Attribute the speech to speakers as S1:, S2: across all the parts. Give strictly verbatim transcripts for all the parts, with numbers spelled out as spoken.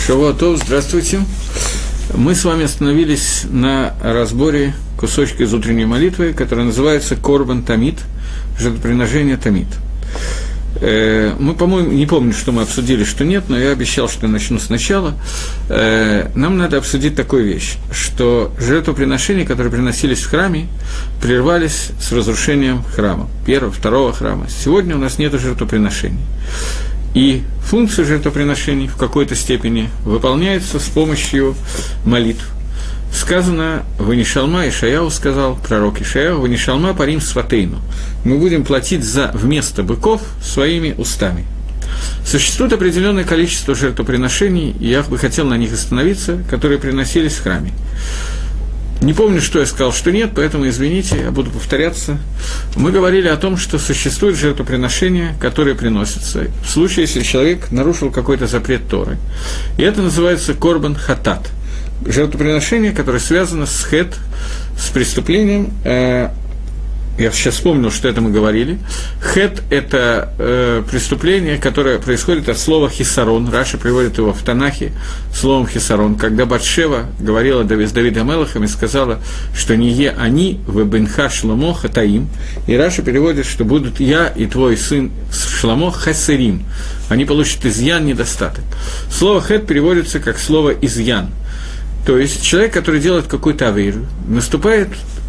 S1: Шавуатов, здравствуйте. Мы с вами остановились на разборе кусочка из утренней молитвы, которая называется «Корбан Тамид», жертвоприношение Тамид. Мы, по-моему, не помню, что мы обсудили, что нет, но я обещал, что я начну сначала. Нам надо обсудить такую вещь, что жертвоприношения, которые приносились в храме, прервались с разрушением храма, первого, второго храма. Сегодня у нас нет жертвоприношений. И функция жертвоприношений в какой-то степени выполняется с помощью молитв. Сказано, «Ванишалма», Ишаяу сказал, пророк Ишаяу, «Ванишалма парим сватейну». Мы будем платить за вместо быков своими устами. Существует определенное количество жертвоприношений, и я бы хотел на них остановиться, которые приносились в храме. Не помню, что я сказал, что нет, поэтому извините, я буду повторяться. Мы говорили о том, что существуют жертвоприношения, которые приносятся в случае, если человек нарушил какой-то запрет Торы. И это называется корбан хатат. Жертвоприношение, которое связано с хет, с преступлением. Э, я сейчас вспомнил, что это мы говорили. Хет – это э, преступление, которое происходит от слова хисарон. Раша приводит его в Танахе словом хисарон. Когда Батшева говорила с Давидом Мелахом и сказала, что не е они в бенха Шломо хатаим. И Раша переводит, что будут я и твой сын Шломо хасерим. Они получат изъян, недостаток. Слово хет переводится как слово изъян. То есть человек, который делает какую-то авейру, наступает,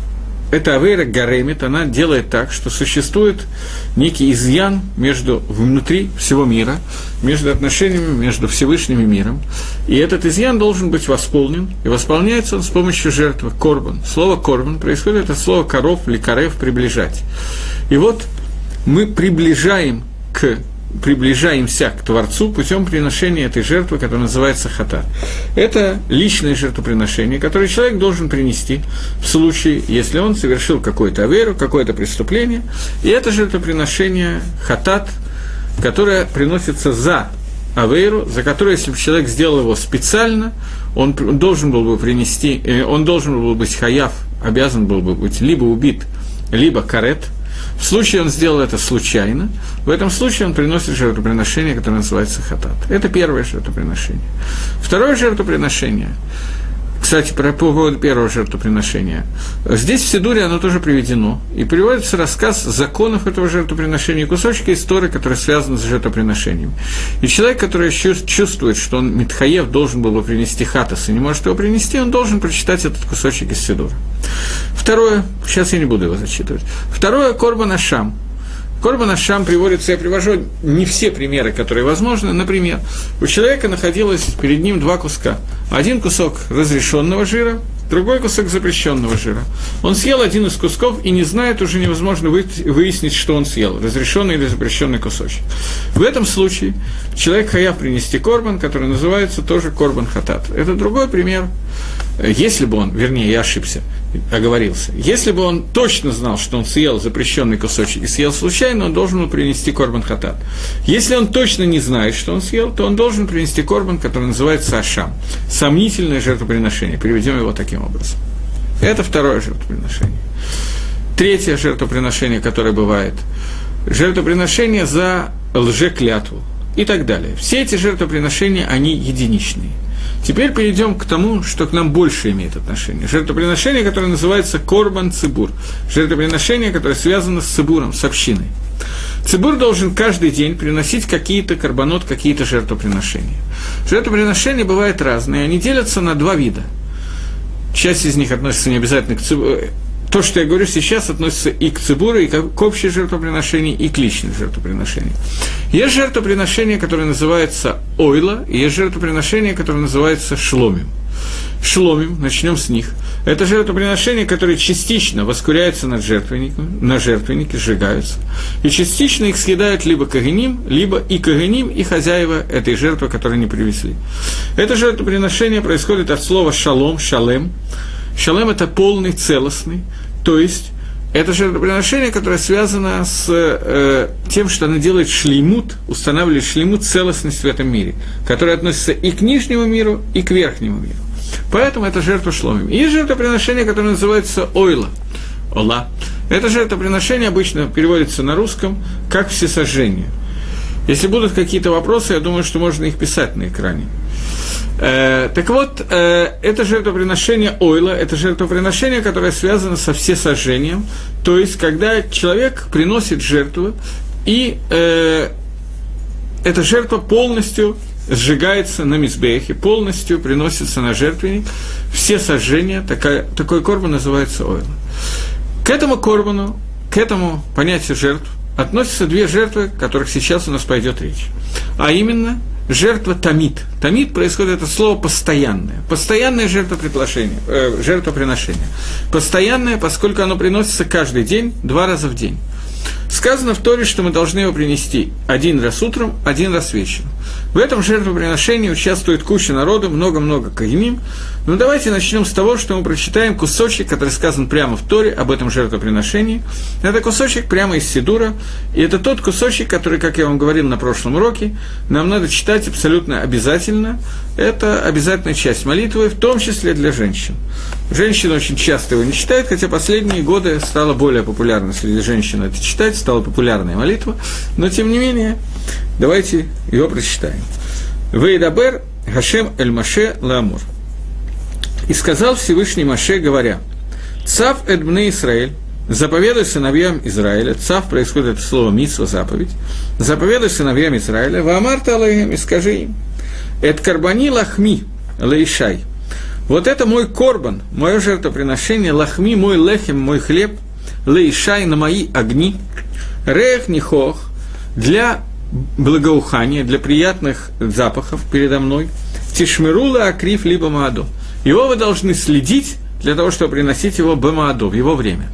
S1: эта авейра гаремит, она делает так, что существует некий изъян между, внутри всего мира, между отношениями между Всевышним и миром, и этот изъян должен быть восполнен, и восполняется он с помощью жертвы, корбан. Слово корбан происходит от слова коров, ликарев, приближать. И вот мы приближаем к приближаемся к Творцу путем приношения этой жертвы, которая называется хатат. Это личное жертвоприношение, которое человек должен принести в случае, если он совершил какую-то аверу, какое-то преступление, и это жертвоприношение хатат, которое приносится за аверу, за которое, если бы человек сделал его специально, он должен был бы принести, он должен был быть хаяв, обязан был бы быть либо убит, либо карет. В случае он сделал это случайно, в этом случае он приносит жертвоприношение, которое называется хатат. Это первое жертвоприношение. Второе жертвоприношение, кстати, по поводу первого жертвоприношения, здесь в Сидуре оно тоже приведено, и приводится рассказ законов этого жертвоприношения, кусочки из Торы, которые связаны с жертвоприношением. И человек, который чувствует, что он митхаев должен был бы принести хатас и не может его принести, он должен прочитать этот кусочек из Сидура. Второе, сейчас я не буду его зачитывать. Второе, корбан ашам. Корбан ашам приводится, я привожу не все примеры, которые возможны. Например, у человека находилось перед ним два куска. Один кусок разрешенного жира, другой кусок запрещенного жира. Он съел один из кусков и не знает, уже невозможно выяснить, что он съел, разрешенный или запрещенный кусочек. В этом случае человек хаяв принести корбан, который называется тоже корбан хатат. Это другой пример. Если бы он, вернее, я ошибся, оговорился, если бы он точно знал, что он съел запрещенный кусочек и съел случайно, он должен был принести корбан хатат. Если он точно не знает, что он съел, то он должен принести корбан, который называется ашам, сомнительное жертвоприношение, переведем его таким образом. Это второе жертвоприношение. Третье жертвоприношение, которое бывает, жертвоприношение за лжеклятву и так далее. Все эти жертвоприношения, они единичные. Теперь перейдем к тому, что к нам больше имеет отношение. Жертвоприношение, которое называется корбан цибур. Жертвоприношение, которое связано с цибуром, с общиной. Цибур должен каждый день приносить какие-то карбонот, какие-то жертвоприношения. Жертвоприношения бывают разные, они делятся на два вида. Часть из них относится не обязательно к цибуру. То, что я говорю сейчас, относится и к цибуру, и к общей жертвоприношению, и к личным жертвоприношениям. Есть жертвоприношение, которое называется ойла, и есть жертвоприношение, которое называется шломим. Шломим, начнем с них. Это жертвоприношения, которые частично воскуряются над жертвенником, на жертвеннике, сжигаются, и частично их съедают либо кагеним, либо и кагеним, и хозяева этой жертвы, которые они привезли. Это жертвоприношение происходит от слова шалом, шалем. Шалем – это полный, целостный, то есть это жертвоприношение, которое связано с э, тем, что оно делает шлеймут, устанавливает шлеймут, целостность в этом мире, которая относится и к нижнему миру, и к верхнему миру. Поэтому это жертва шломим. И есть жертвоприношение, которое называется ойла, ола. Это жертвоприношение обычно переводится на русском как всесожжение. Если будут какие-то вопросы, я думаю, что можно их писать на экране. Э, так вот, э, это жертвоприношение ойла, это жертвоприношение, которое связано со всесожжением, то есть, когда человек приносит жертву, и э, эта жертва полностью сжигается на мизбехе, полностью приносится на жертвенник, все сожжения, такая, такой корбан называется ойла. К этому корбану, к этому понятию жертв относятся две жертвы, о которых сейчас у нас пойдет речь, а именно жертва тамид. Тамид происходит это слово постоянное. Постоянное жертвоприношение, э, жертвоприношение. Постоянное, поскольку оно приносится каждый день, два раза в день. Сказано в Торе, что мы должны его принести один раз утром, один раз вечером. В этом жертвоприношении участвует куча народу, много-много коэним. Но давайте начнем с того, что мы прочитаем кусочек, который сказан прямо в Торе об этом жертвоприношении. Это кусочек прямо из Сидура, и это тот кусочек, который, как я вам говорил на прошлом уроке, нам надо читать абсолютно обязательно. Это обязательная часть молитвы, в том числе для женщин. Женщины очень часто его не читают, хотя последние годы стало более популярно среди женщин это читать, стала популярная молитва, но тем не менее, давайте его прочитаем. «Вейдабер Хашем эль Моше лаамур». «И сказал Всевышний Моше, говоря, «Цав эд бней Исраэль, заповедуй сыновьям Израиля», «Цав» происходит от слова «митсва», «заповедь», «заповедуй сыновьям Израиля, ваамарта алейхем, и скажи им, эд карбани лахми лейшай». Вот это мой корбан, мое жертвоприношение, лахми, мой лехем, мой хлеб, лейшай, на мои огни, рех нихох, для благоухания, для приятных запахов передо мной, тишмирула акрив либо маадо. Его вы должны следить для того, чтобы приносить его бамаадо, в его время.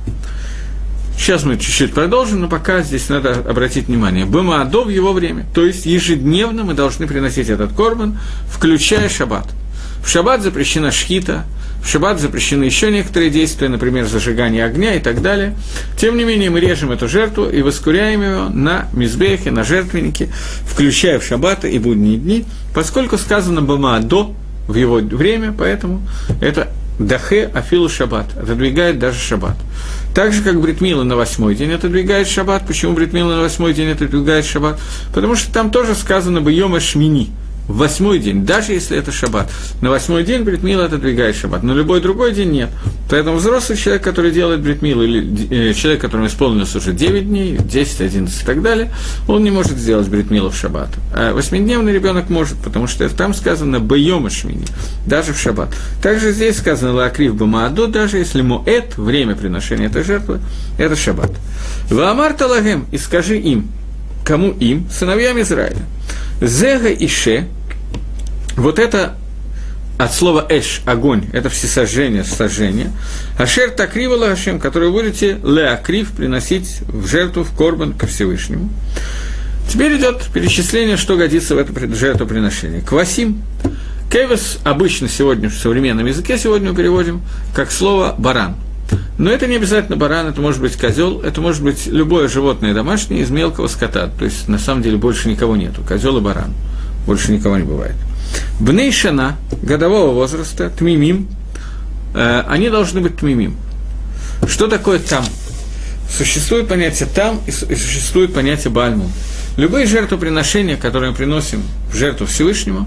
S1: Сейчас мы чуть-чуть продолжим, но пока здесь надо обратить внимание. Бамаадо в его время, то есть ежедневно мы должны приносить этот корбан, включая шаббат. В шаббат запрещена шхита, в шаббат запрещены еще некоторые действия, например, зажигание огня и так далее. Тем не менее, мы режем эту жертву и воскуряем ее на мизбехе, на жертвеннике, включая в шаббаты и будние дни, поскольку сказано «бамаадо» в его время, поэтому это «дахе афилу шаббат», отодвигает даже шаббат. Так же, как брит мила на восьмой день отодвигает шаббат. Почему брит мила на восьмой день отодвигает шаббат? Потому что там тоже сказано «бьёма шмини». В восьмой день, даже если это шаббат. На восьмой день брит мила отодвигает шаббат, но любой другой день нет. Поэтому взрослый человек, который делает брит милу, или человек, которому исполнилось уже девять дней, десять, одиннадцать и так далее, он не может сделать брит милу в шаббат. А восьмидневный ребенок может, потому что там сказано «бьёма шмини», даже в шаббат. Также здесь сказано «лаакрив бамаадо», даже если моэт, время приношения этой жертвы, это шаббат. «Ваамар талагем», и скажи им, кому им? Сыновьям Израиля. «Зега ише», вот это от слова «эш» – огонь, это всесожжение, сожжение. «Ашер такрива ла-Ашем», который вы будете леакрив приносить в жертву, в корбан ко Всевышнему. Теперь идет перечисление, что годится в это жертвоприношение. «Квасим». «Кевес» обычно сегодня, в современном языке сегодня мы переводим как слово «баран». Но это не обязательно баран, это может быть козел, это может быть любое животное домашнее из мелкого скота. То есть, на самом деле, больше никого нету. Козел и баран. Больше никого не бывает. Бней шана, годового возраста, тмимим, э, они должны быть тмимим. Что такое там? Существует понятие там и существует понятие бальму. Любые жертвоприношения, которые мы приносим в жертву Всевышнему,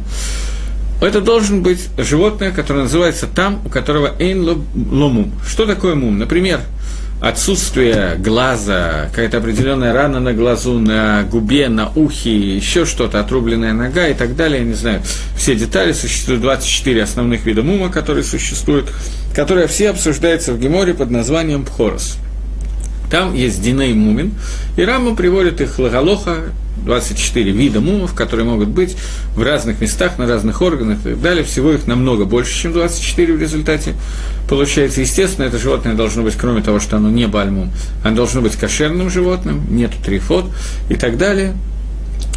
S1: это должен быть животное, которое называется там, у которого эйн ломум. Что такое мум? Например, отсутствие глаза, какая-то определенная рана на глазу, на губе, на ухе, еще что-то, отрубленная нога и так далее, я не знаю, все детали. Существует двадцать четыре основных вида мума, которые существуют, которые все обсуждаются в Геморе под названием Пхорос. Там есть Диней Мумин, и Рамбам приводит их лагалоха, двадцать четыре вида мумов, которые могут быть в разных местах, на разных органах и так далее. Всего их намного больше, чем двадцать четыре в результате. Получается, естественно, это животное должно быть, кроме того, что оно не бальмум, оно должно быть кошерным животным, нету трифот и так далее.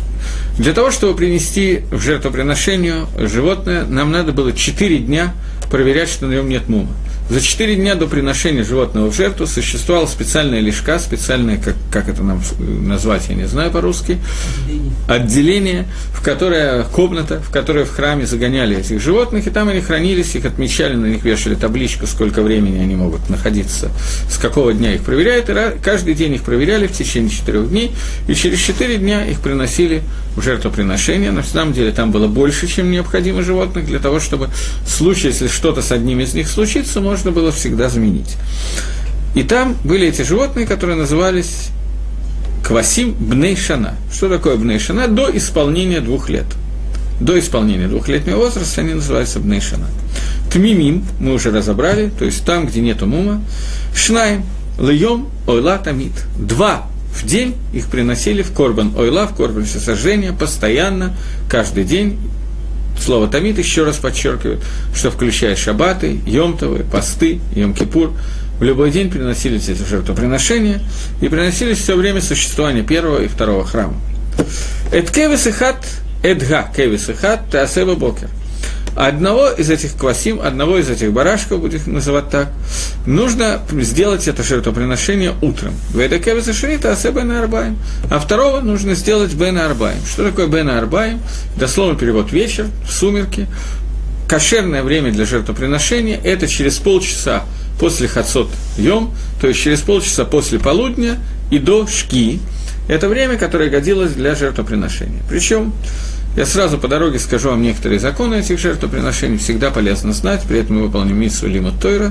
S1: Для того, чтобы принести в жертвоприношение животное, нам надо было четыре дня проверять, что на нем нет мума. За четыре дня до приношения животного в жертву существовала специальная лишка, специальное, как, как это нам назвать, я не знаю по-русски, отделение, в которое, комната, в которой в храме загоняли этих животных, и там они хранились, их отмечали, на них вешали табличку, сколько времени они могут находиться, с какого дня их проверяют, и каждый день их проверяли в течение четырех дней, и через четыре дня их приносили в жертвоприношение. На самом деле там было больше, чем необходимо животных, для того, чтобы в случае, если что-то с одним из них случится, можно было всегда заменить. И там были эти животные, которые назывались квасим бней шана. Что такое бней шана? До исполнения двух лет. До исполнения двухлетнего возраста они называются бней шана. Тмимим мы уже разобрали, то есть там, где нету мума. Шнаим, льем, ойла тамид. Два в день их приносили в корбан ойла, в корбан всесожжения, постоянно, каждый день. Слово «тамид» еще раз подчеркивает, что включая шаббаты, йом-товы, посты, йом-кипур, в любой день приносились эти жертвоприношения и приносились все время существования первого и второго храма. «Эд кевис и хат, эдга кевис и хат, теасеба бокер». Одного из этих квасим, одного из этих барашков, будем их называть так, нужно сделать это жертвоприношение утром. «Веда кевис и шрита асе бен арбаим». А второго нужно сделать бен арбаим. Что такое бен арбаим? Дословно перевод «вечер», в сумерки. Кошерное время для жертвоприношения – это через полчаса после хацот йом, то есть через полчаса после полудня и до шки. Это время, которое годилось для жертвоприношения. Причем, я сразу по дороге скажу вам некоторые законы этих жертвоприношений, всегда полезно знать, при этом мы выполним миссу лимут Тойра,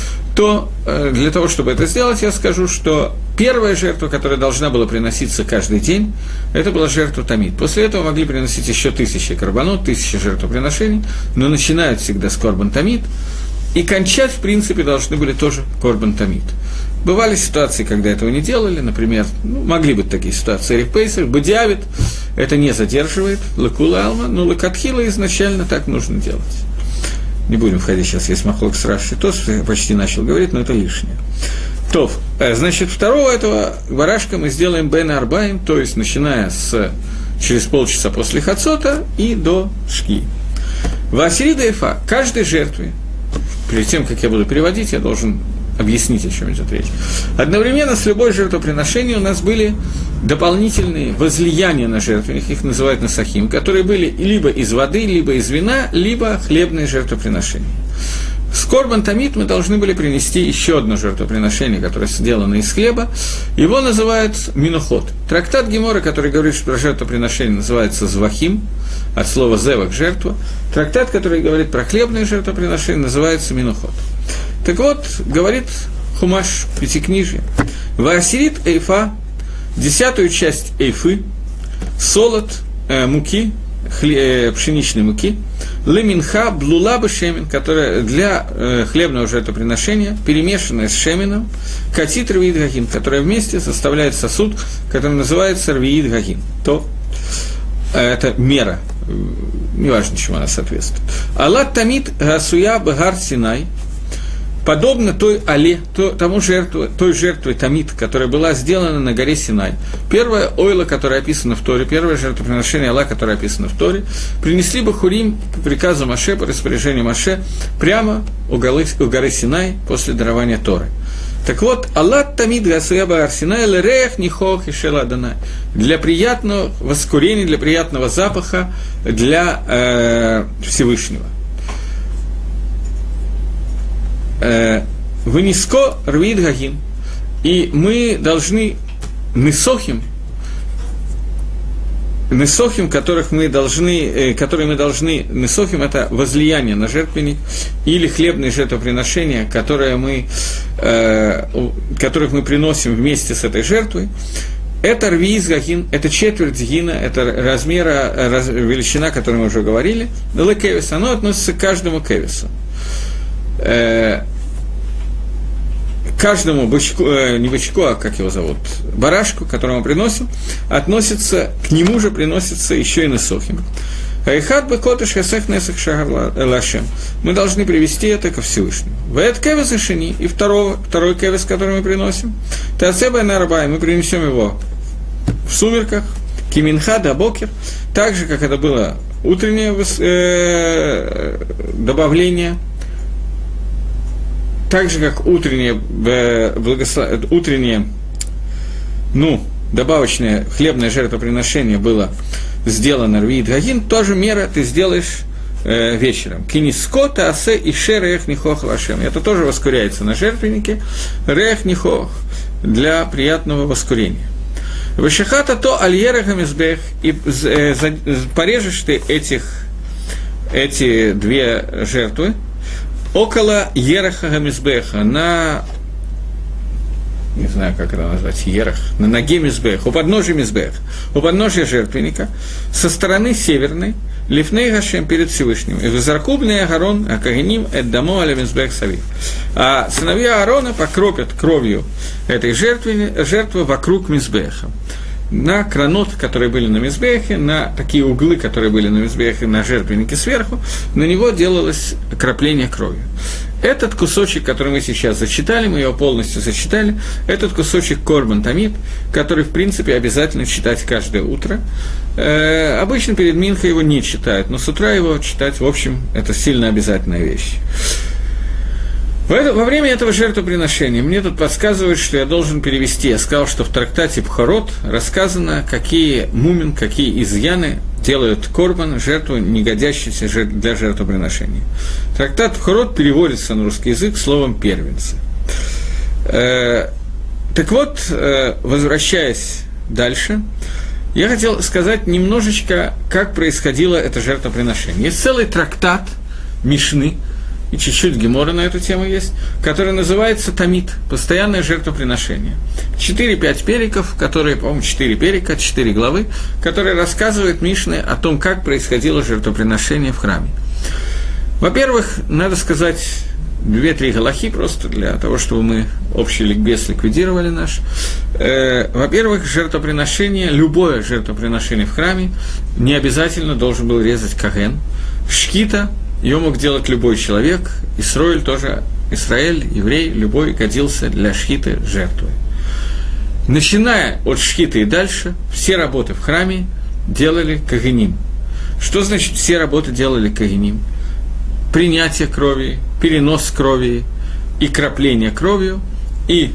S1: то э, для того, чтобы это сделать, я скажу, что первая жертва, которая должна была приноситься каждый день, это была жертва тамид. После этого могли приносить еще тысячи карбонот, тысячи жертвоприношений, но начинают всегда с корбан тамид, и кончать, в принципе, должны были тоже корбан тамид. Бывали ситуации, когда этого не делали, например, ну, могли быть такие ситуации, Эрев Пейсах, Бадиавит, это не задерживает, Лакула Алма, но Лакатхила изначально так нужно делать. Не будем входить сейчас, есть махлок с Раши, то я почти начал говорить, но это лишнее. То, значит, второго этого барашка мы сделаем Бен Арбаим, то есть начиная с через полчаса после Хацота и до Шки. Васирида Эфа, каждой жертве, перед тем, как я буду переводить, я должен объяснить, о чем идет речь. Одновременно с любой жертвоприношением у нас были дополнительные возлияния на жертвенник, их называют насахим, которые были либо из воды, либо из вина, либо хлебные жертвоприношения. С корбан тамид мы должны были принести еще одно жертвоприношение, которое сделано из хлеба. Его называют минухот. Трактат Гемора, который говорит, что жертвоприношение называется звахим, от слова зевах – жертва. Трактат, который говорит про хлебные жертвоприношения, называется минухот. Так вот, говорит Хумаш Пятикнижье, «Ваасирит эйфа», десятую часть эйфы, солод, э, муки, хле, э, пшеничной муки, леминха блула бы шемен, которая для э, хлебного жертвоприношения, перемешанная с шеменом, катит рвиит гагин, которая вместе составляет сосуд, который называется рвиит гагин. То э, это мера, э, неважно, чему она соответствует. Аллат тамид гасуя багар синай, подобно той але, то, тому жертве, той жертве тамид, которая была сделана на горе Синай. Первая ойла, которая описана в Торе, первое жертвоприношение Алла, которое описано в Торе, принесли бы хурим по приказу Моше, по распоряжению Моше, прямо у горы, у горы Синай после дарования Торы. Так вот, Аллат тамид гасуяба арсинай лерех нихох и шела данай. Для приятного воскурения, для приятного запаха, для э, Всевышнего. Выниско рвид гагин, и мы должны несохим, несохим, которых мы должны, которые мы должны, несохим – это возлияние на жертвенник, или хлебные жертвоприношения, которые мы, э, которых мы приносим вместе с этой жертвой. Это рвиз гагин, это четверть гина, это размера, раз, величина, о которой мы уже говорили, дала кевис, оно относится к каждому кевису. Каждому бычку, не бычку, а как его зовут, барашку, которого мы приносим, относится, к нему же приносится еще и несохим. Айхат бекотыш хасех несах шагар лашем. Мы должны привести это ко Всевышнему. Вэт кевис и шини, и второго, второй кевис, который мы приносим, тацеба нарбай, мы принесем его в сумерках, киминха да бокер, так же, как это было утреннее э, добавление так же, как утреннее, э, благослов... утреннее ну, добавочное хлебное жертвоприношение было сделано рвиит гагин, тоже мера ты сделаешь э, вечером. Кинискот, асе и ше рех нихох вашем. Это тоже воскуряется на жертвеннике. Рех нихох для приятного воскурения. Вышахата то альера гамизбех, и э, за, порежешь ты этих, эти две жертвы около ераха гамизбеха, на, не знаю, как это назвать, ерах, на ноге мизбех, у подножия мизбех, у подножия жертвенника, со стороны северной, лифней гашем перед Всевышним, и визаркубный Агарон, акагеним, эддамо аля мизбех савив. А сыновья Аарона покропят кровью этой жертвы, жертвы вокруг мизбеха. На кранот, которые были на мизбехе, на такие углы, которые были на мизбехе, на жертвеннике сверху, на него делалось крапление кровью. Этот кусочек, который мы сейчас зачитали, мы его полностью зачитали, этот кусочек корбан тамид, который, в принципе, обязательно читать каждое утро. Э, обычно перед Минхой его не читают, но с утра его читать, в общем, это сильно обязательная вещь. Во время этого жертвоприношения мне тут подсказывают, что я должен перевести. Я сказал, что в трактате Пхорот рассказано, какие мумин, какие изъяны делают корбан, жертву, не годящуюся для жертвоприношения. Трактат Пхорот переводится на русский язык словом «первенцы». Э, так вот, э, возвращаясь дальше, я хотел сказать немножечко, как происходило это жертвоприношение. Есть целый трактат Мишны, и чуть-чуть гемора на эту тему есть, который называется «Тамид», постоянное жертвоприношение. Четыре-пять периков, которые, по-моему, четыре перика, четыре главы, которые рассказывают Мишны о том, как происходило жертвоприношение в храме. Во-первых, надо сказать две-три галахи просто для того, чтобы мы общий ликбез ликвидировали наш. Э, во-первых, жертвоприношение, любое жертвоприношение в храме не обязательно должен был резать каген. Шкита ее мог делать любой человек, Исраэль тоже, Израиль, еврей, любой годился для шхиты жертвы. Начиная от шхиты и дальше, все работы в храме делали кагеним. Что значит все работы делали кагеним? Принятие крови, перенос крови и крапление кровью, и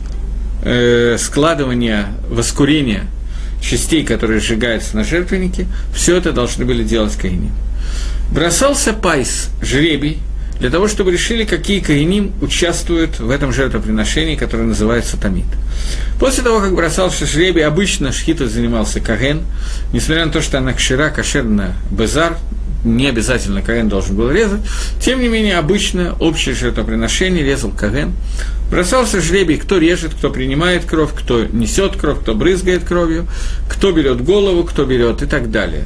S1: э, складывание, воскурение частей, которые сжигаются на жертвеннике, все это должны были делать кагеним. Бросался пайс, жребий, для того, чтобы решили, какие каганим участвуют в этом жертвоприношении, которое называется тамид. После того, как бросался жребий, обычно шхитой занимался каген, несмотря на то, что она кшира, кошер на безар, не обязательно каген должен был резать, тем не менее, обычно общее жертвоприношение резал каген. Бросался жребий, кто режет, кто принимает кровь, кто несет кровь, кто брызгает кровью, кто берет голову, кто берет и так далее.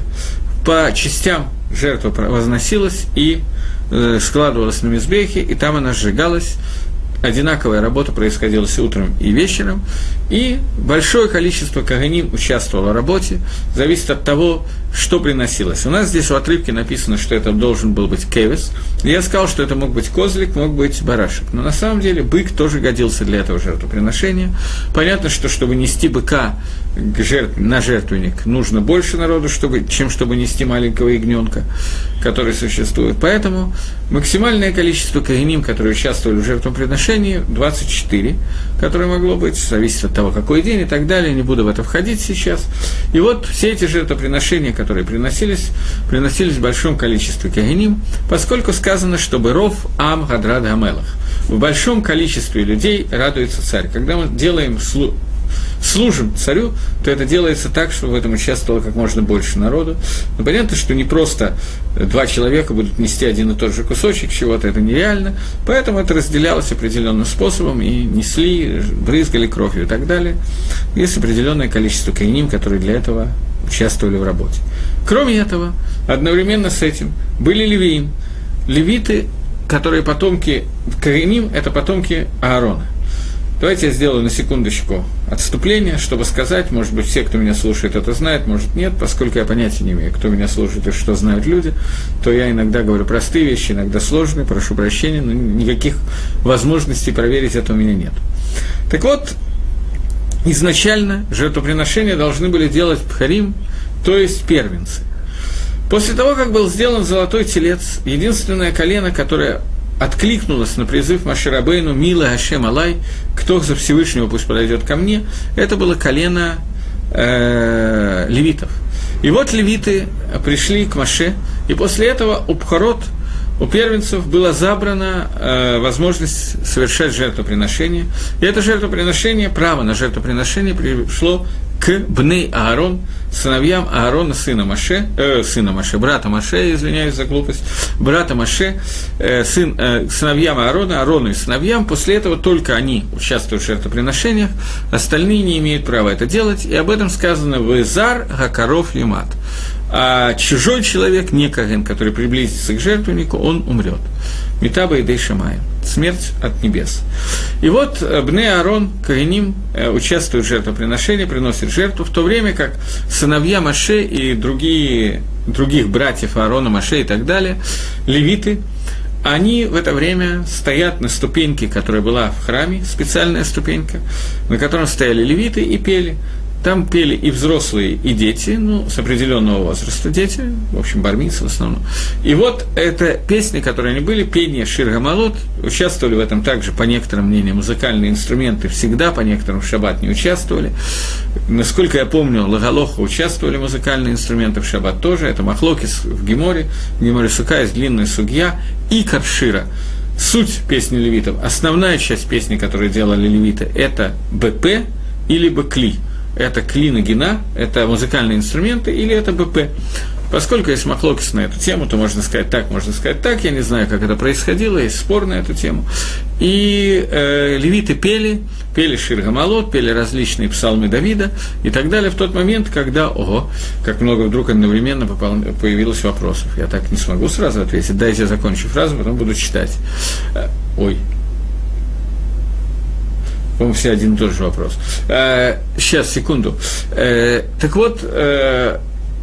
S1: По частям жертва возносилась и э, складывалась на мизбехе, и там она сжигалась. Одинаковая работа происходила и утром, и вечером, и большое количество каганим участвовало в работе, зависит от того, что приносилось. У нас здесь в отрывке написано, что это должен был быть кевес. Я сказал, что это мог быть козлик, мог быть барашек. Но на самом деле бык тоже годился для этого жертвоприношения. Понятно, что чтобы нести быка жертв, на жертвенник, нужно больше народу, чтобы, чем чтобы нести маленького ягненка, который существует. Поэтому максимальное количество каганим, которые участвовали в жертвоприношении, двадцать четыре, которое могло быть, зависит от того, какой день и так далее, не буду в это входить сейчас. И вот все эти жертвоприношения, которые приносились, приносились в большом количестве каганим, поскольку сказано, чтобы ров ам гадрад гамелах. В большом количестве людей радуется царь. Когда мы делаем слу... служим царю, то это делается так, чтобы в этом участвовало как можно больше народу. Но понятно, что не просто два человека будут нести один и тот же кусочек чего-то, это нереально, поэтому это разделялось определенным способом, и несли, брызгали кровью и так далее. Есть определенное количество каганим, которые для этого участвовали в работе. Кроме этого, одновременно с этим были левиим. Левиты, которые потомки каганим, это потомки Аарона. Давайте я сделаю на секундочку отступление, чтобы сказать, может быть, все, кто меня слушает, это знают, может, нет, поскольку я понятия не имею, кто меня слушает и что знают люди, то я иногда говорю простые вещи, иногда сложные, прошу прощения, но никаких возможностей проверить это у меня нет. Так вот, изначально жертвоприношения должны были делать пхарим, то есть первенцы. После того, как был сделан золотой телец, единственное колено, которое откликнулась на призыв Моше Рабейну «Мила Ашем Алай», «Кто за Всевышнего, пусть подойдет ко мне», это было колено э, левитов. И вот левиты пришли к Моше, и после этого у Пхарот, у первенцев была забрана э, возможность совершать жертвоприношение. И это жертвоприношение, право на жертвоприношение пришло к Бней Аарон, сыновьям Аарона, сына Моше, э, сына Моше, брата Моше, извиняюсь за глупость, брата Моше, э, сын, э, сыновьям Аарона, Аарону и сыновьям. После этого только они участвуют в жертвоприношениях, остальные не имеют права это делать, и об этом сказано в Изар Гакаров Юмат. А чужой человек, не Коген, который приблизится к жертвеннику, он умрет. Митаба и Дей Шамая. Смерть от небес. И вот Бней Аарон, Коганим, участвуют в жертвоприношении, приносят жертву, в то время как сыновья Моше и другие, других братьев Аарона, Моше и так далее, левиты, они в это время стоят на ступеньке, которая была в храме, специальная ступенька, на которой стояли левиты и пели. Там пели и взрослые, и дети, ну, с определенного возраста дети, в общем, бармицы в основном. И вот это песни, которые они были, пение Шир Гамалот, участвовали в этом также, по некоторым мнениям, музыкальные инструменты всегда, по некоторым в шаббат не участвовали. Насколько я помню, Лагалоха участвовали музыкальные инструменты, в шаббат тоже, это махлокис в Геморе, в Геморе Сука есть длинная сугья, и Каршира. Суть песни левитов, основная часть песни, которую делали левиты, это БП или Бакли. Это клиногена, это музыкальные инструменты, или это БП. Поскольку есть махлокис на эту тему, то можно сказать так, можно сказать так, я не знаю, как это происходило, есть спор на эту тему. И э, левиты пели, пели Шир Гамалот, пели различные псалмы Давида и так далее в тот момент, когда, ого, как много вдруг одновременно попал, появилось вопросов. Я так не смогу сразу ответить, дайте я закончу фразу, потом буду читать. Э, ой. По-моему, все один и тот же вопрос. Э, сейчас, секунду. Э, так вот, э,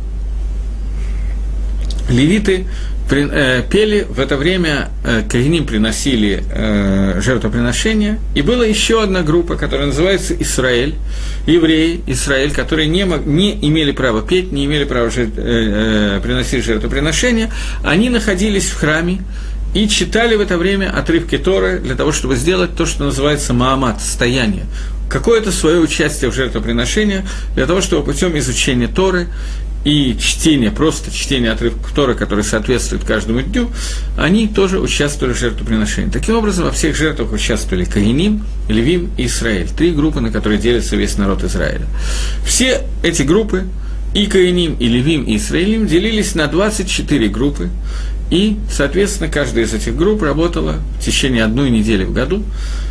S1: левиты при, э, пели, в это время э, коганим приносили э, жертвоприношения, и была еще одна группа, которая называется Исраэль, евреи, Исраэль, которые не, мог, не имели права петь, не имели права жертв, э, э, приносить жертвоприношения, они находились в храме, и читали в это время отрывки Торы для того, чтобы сделать то, что называется маамат, стояние, какое-то свое участие в жертвоприношении, для того, чтобы путем изучения Торы и чтения, просто чтения отрывков Торы, которые соответствуют каждому дню, они тоже участвовали в жертвоприношении. Таким образом, во всех жертвах участвовали Коганим, Левим и Исраэль, три группы, на которые делится весь народ Израиля. Все эти группы, и Коганим, и Левим, и Исраэлим, делились на двадцать четыре группы, и, соответственно, каждая из этих групп работала в течение одной недели в году,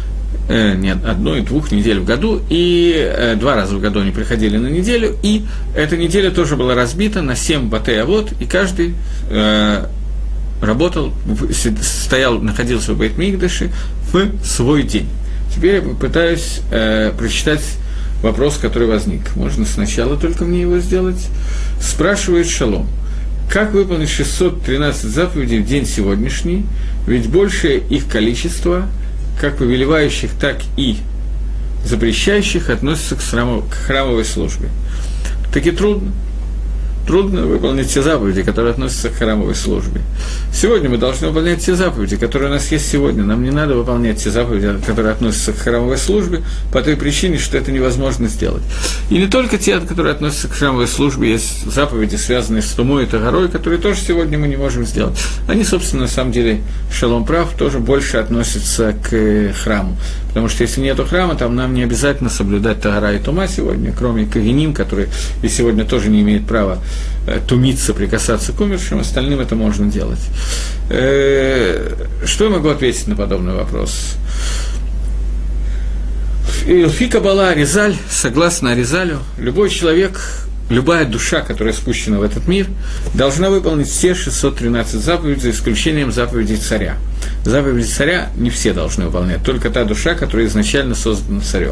S1: э, нет, одной-двух недель в году, и э, два раза в году они приходили на неделю, и эта неделя тоже была разбита на семь батей-авот, и каждый э, работал, стоял, находился в Бейт-Микдаше в свой день. Теперь я попытаюсь э, прочитать вопрос, который возник. Можно сначала только мне его сделать. Спрашивает Шалом. Как выполнить шестьсот тринадцать заповедей в день сегодняшний, ведь большее их количество, как повелевающих, так и запрещающих, относится к, храмов, к храмовой службе. Таки трудно. Трудно выполнить те заповеди, которые относятся к храмовой службе. Сегодня мы должны выполнять те заповеди, которые у нас есть сегодня. Нам не надо выполнять те заповеди, которые относятся к храмовой службе, по той причине, что это невозможно сделать. И не только те, которые относятся к храмовой службе, есть заповеди, связанные с Тумой и Тагарой, которые тоже сегодня мы не можем сделать. Они, собственно, на самом деле, Шалом прав, тоже больше относятся к храму. Потому что если нету храма, там нам не обязательно соблюдать Тагара и Тума сегодня, кроме Коганим, которые и сегодня тоже не имеют права тумиться, прикасаться к умершим, остальным это можно делать. Что я могу ответить на подобный вопрос? Фи Каббала Аризаль, согласно Аризалю, любой человек, любая душа, которая спущена в этот мир, должна выполнить все шестьсот тринадцать заповедей, за исключением заповедей царя. Заповеди царя не все должны выполнять, только та душа, которая изначально создана царем.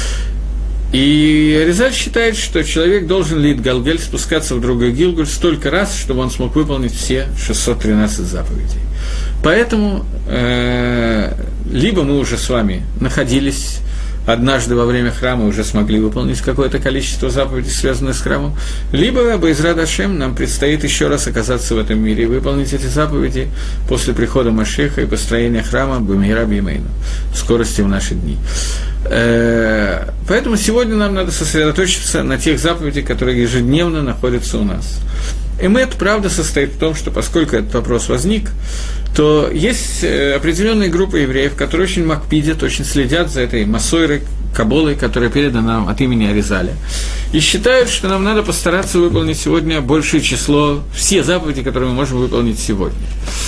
S1: И Аризаль считает, что человек должен лит Галгель спускаться в другой Гилгуль столько раз, чтобы он смог выполнить все шестьсот тринадцать заповедей. Поэтому э, либо мы уже с вами находились однажды во время храма уже смогли выполнить какое-то количество заповедей, связанных с храмом, либо, Бе'эзрат Ашем, нам предстоит еще раз оказаться в этом мире и выполнить эти заповеди после прихода Машеха и построения храма Бимейра Бимейну, в скорости в наши дни. Поэтому сегодня нам надо сосредоточиться на тех заповедях, которые ежедневно находятся у нас. Эмет, правда, состоит в том, что поскольку этот вопрос возник, то есть определенные группы евреев, которые очень макпидят, очень следят за этой масойрой, каболой, которая передана нам от имени Аризаля, и считают, что нам надо постараться выполнить сегодня большее число, все заповеди, которые мы можем выполнить сегодня.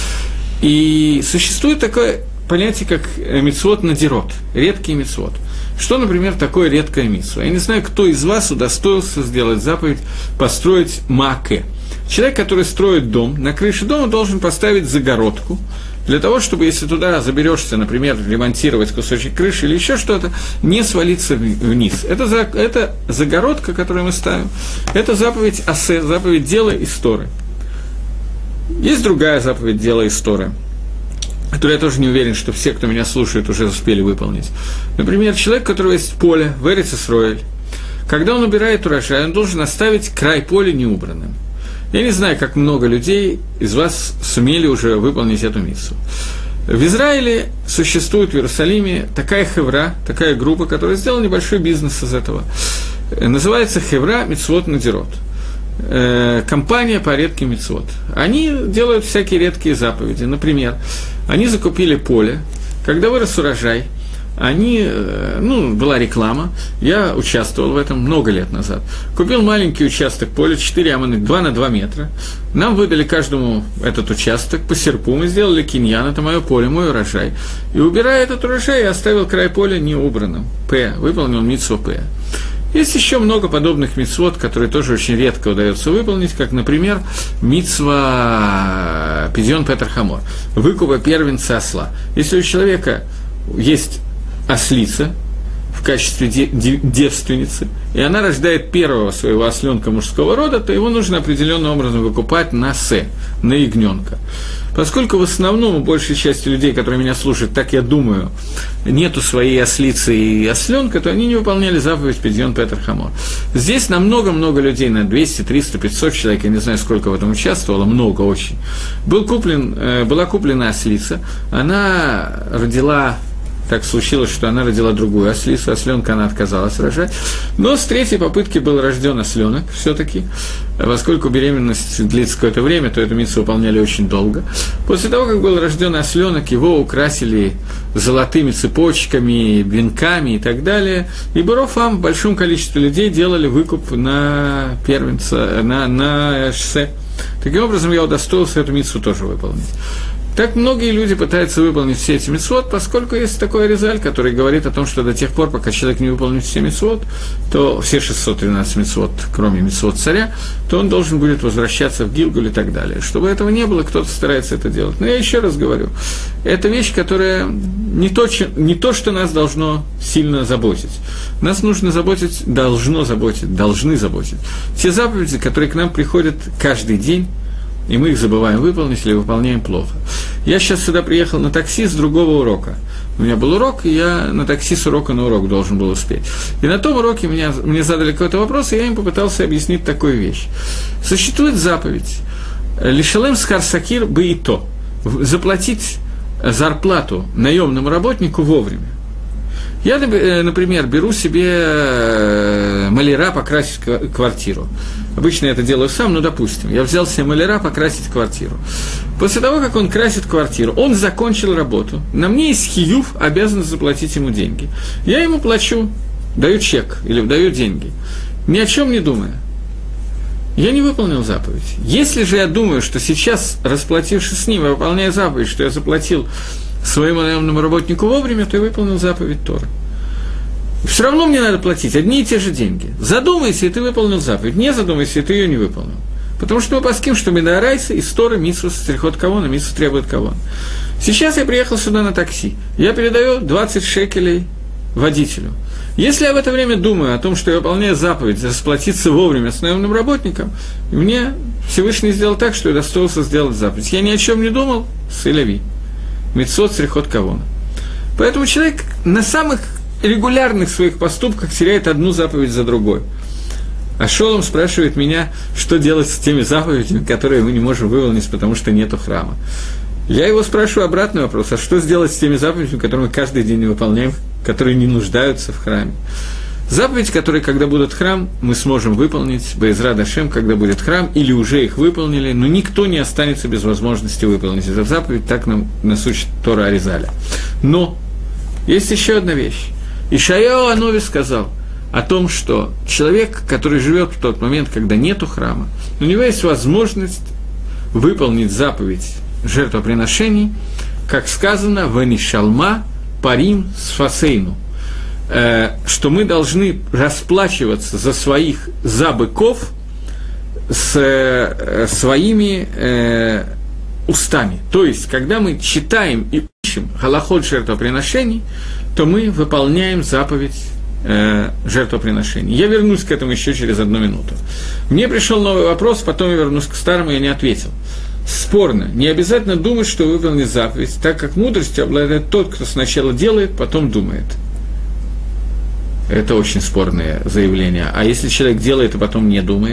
S1: И существует такое понятие, как мицвот надирот, редкий мицвот. Что, например, такое редкое мицва? Я не знаю, кто из вас удостоился сделать заповедь построить маке. Человек, который строит дом, на крыше дома должен поставить загородку, для того, чтобы, если туда заберешься, например, ремонтировать кусочек крыши или еще что-то, не свалиться вниз. Это, за, это загородка, которую мы ставим, это заповедь асе, заповедь дела и сторы. Есть другая заповедь дела и сторы, которую я тоже не уверен, что все, кто меня слушает, уже успели выполнить. Например, человек, у которого есть поле в Эрец Исроэль, когда он убирает урожай, он должен оставить край поля неубранным. Я не знаю, как много людей из вас сумели уже выполнить эту мицву. В Израиле существует в Иерусалиме такая хевра, такая группа, которая сделала небольшой бизнес из этого. Называется хевра мицвот надирот. Компания по редким мицвот. Они делают всякие редкие заповеди. Например, они закупили поле, когда вырос урожай, они, ну, была реклама, я участвовал в этом много лет назад. Купил маленький участок поля, четыре аманы, два на два метра. Нам выдали каждому этот участок по серпу, мы сделали киньян, это мое поле, мой урожай. И убирая этот урожай, я оставил край поля неубранным. П, выполнил мицву П. Есть еще много подобных мицвот, которые тоже очень редко удается выполнить, как, например, мицва Пидьон Петер Хамор, выкупа первенца осла. Если у человека есть ослица в качестве девственницы, и она рождает первого своего осленка мужского рода, то его нужно определенным образом выкупать на се, на ягненка. Поскольку в основном у большей части людей, которые меня слушают, так я думаю, нету своей ослицы и осленка, то они не выполняли заповедь Пидьон Петер Хамор. Здесь на много-много людей, на двести, триста, пятьсот человек, я не знаю, сколько в этом участвовало, много очень, был куплен, была куплена ослица, она родила... Так случилось, что она родила другую ослицу, осленка она отказалась рожать. Но с третьей попытки был рожден осленок все-таки. Поскольку беременность длится какое-то время, то эту мицву выполняли очень долго. После того, как был рожден осленок, его украсили золотыми цепочками, венками и так далее. И Бурофам в большом количестве людей делали выкуп на первенца, на, на шоссе. Таким образом, я удостоился эту мицву тоже выполнить. Так многие люди пытаются выполнить все эти мицвот, поскольку есть такой Аризаль, который говорит о том, что до тех пор, пока человек не выполнит все мицвот, то все шестьсот тринадцать мицвот, кроме мицвот царя, то он должен будет возвращаться в Гилгуль и так далее. Чтобы этого не было, кто-то старается это делать. Но я еще раз говорю, это вещь, которая не то, не то, что нас должно сильно заботить. Нас нужно заботить, должно заботить, должны заботить. Те заповеди, которые к нам приходят каждый день, и мы их забываем выполнить или выполняем плохо. Я сейчас сюда приехал на такси с другого урока. У меня был урок, и я на такси с урока на урок должен был успеть. И на том уроке меня, мне задали какой-то вопрос, и я им попытался объяснить такую вещь. Существует заповедь «Лишалем схар сакир беито» – заплатить зарплату наемному работнику вовремя. Я, например, беру себе маляра покрасить квартиру. Обычно я это делаю сам, но допустим, я взял себе маляра покрасить квартиру. После того, как он красит квартиру, он закончил работу. На мне есть хиюв, обязан заплатить ему деньги. Я ему плачу, даю чек или даю деньги, ни о чем не думая. Я не выполнил заповедь. Если же я думаю, что сейчас, расплатившись с ним, я выполняю заповедь, что я заплатил своему наемному работнику вовремя, то я выполнил заповедь Торы. Все равно мне надо платить одни и те же деньги. Задумайся, и ты выполнил заповедь. Не задумайся, и ты ее не выполнил. Потому что мы паским, что Медорайса из Торы мицву стрихот кавона, мицву требует кавон. Сейчас я приехал сюда на такси. Я передаю двадцать шекелей водителю. Если я в это время думаю о том, что я выполняю заповедь расплатиться вовремя с наемным работником, мне Всевышний сделал так, что я достоился сделать заповедь. Я ни о чем не думал, с Илеви. Мицвот стрихот кавона. Поэтому человек на самых регулярных своих поступках теряет одну заповедь за другой. А Шолом спрашивает меня, что делать с теми заповедями, которые мы не можем выполнить, потому что нету храма. Я его спрашиваю обратный вопрос, а что сделать с теми заповедями, которые мы каждый день не выполняем, которые не нуждаются в храме? Заповеди, которые, когда будет храм, мы сможем выполнить, Бе'эзрат Ашем, когда будет храм, или уже их выполнили, но никто не останется без возможности выполнить эту заповедь, так нам нас учит Тора Аризаля. Но есть еще одна вещь. Ишаяу Анови сказал о том, что человек, который живет в тот момент, когда нету храма, у него есть возможность выполнить заповедь жертвоприношений, как сказано, «Венишалма парим сфасейну», что мы должны расплачиваться за своих, за быков с своими э, устами. То есть, когда мы читаем и учим галахот жертвоприношений, то мы выполняем заповедь э, жертвоприношений. Я вернусь к этому еще через одну минуту. Мне пришел новый вопрос, потом я вернусь к старому, я не ответил. Спорно. Не обязательно думать, что выполнит заповедь, так как мудростью обладает тот, кто сначала делает, потом думает. Это очень спорное заявление. А если человек делает, а потом не думает?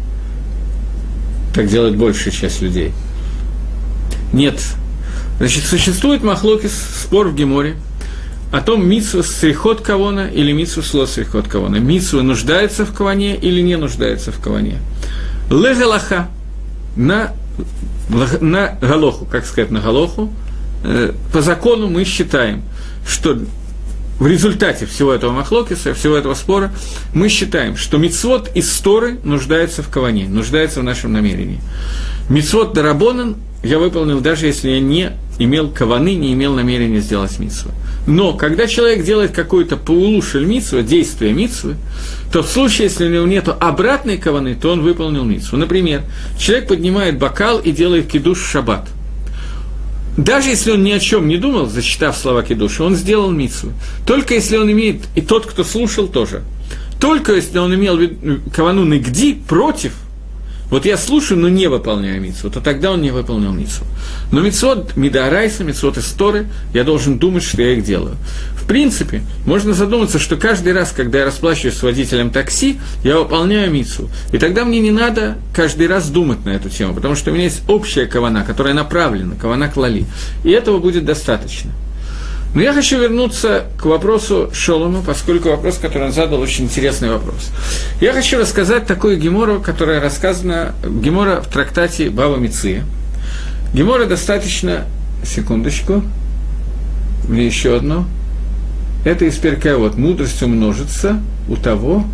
S1: Так делает большая часть людей. Нет. Значит, существует махлокис, спор в Геморе, о том, мицва срихот кавона или мицва сло срихот кавона. Мицва нуждается в каване или не нуждается в каване. Легалаха. На, на галоху, как сказать, на галоху. Э, по закону мы считаем, что в результате всего этого махлокиса, всего этого спора, мы считаем, что мицвот из Торы нуждается в каване, нуждается в нашем намерении. Мицвот дарабонан я выполнил, даже если я не имел каваны, не имел намерения сделать мицву. Но когда человек делает какую-то паулу шель мицву, действие мицвы, то в случае, если у него нет обратной каваны, то он выполнил мицву. Например, человек поднимает бокал и делает кидуш в шаббат. Даже если он ни о чем не думал, зачитав слова кидуша, он сделал мицву. Только если он имеет, и тот, кто слушал, тоже. Только если он имел кавану нигди, против, вот я слушаю, но не выполняю мицву, то тогда он не выполнил мицву. Но мицвот мидаарайса, мицвот из Торы, я должен думать, что я их делаю. В принципе, можно задуматься, что каждый раз, когда я расплачиваюсь с водителем такси, я выполняю мицву. И тогда мне не надо каждый раз думать на эту тему, потому что у меня есть общая кавана, которая направлена, кавана клали. И этого будет достаточно. Но я хочу вернуться к вопросу Шолому, поскольку вопрос, который он задал, очень интересный вопрос. Я хочу рассказать такую гемору, которая рассказана, гемора в трактате Бава Меция. Гемора достаточно, секундочку, мне еще одно. Это из Перкея, вот, мудрость умножится у того,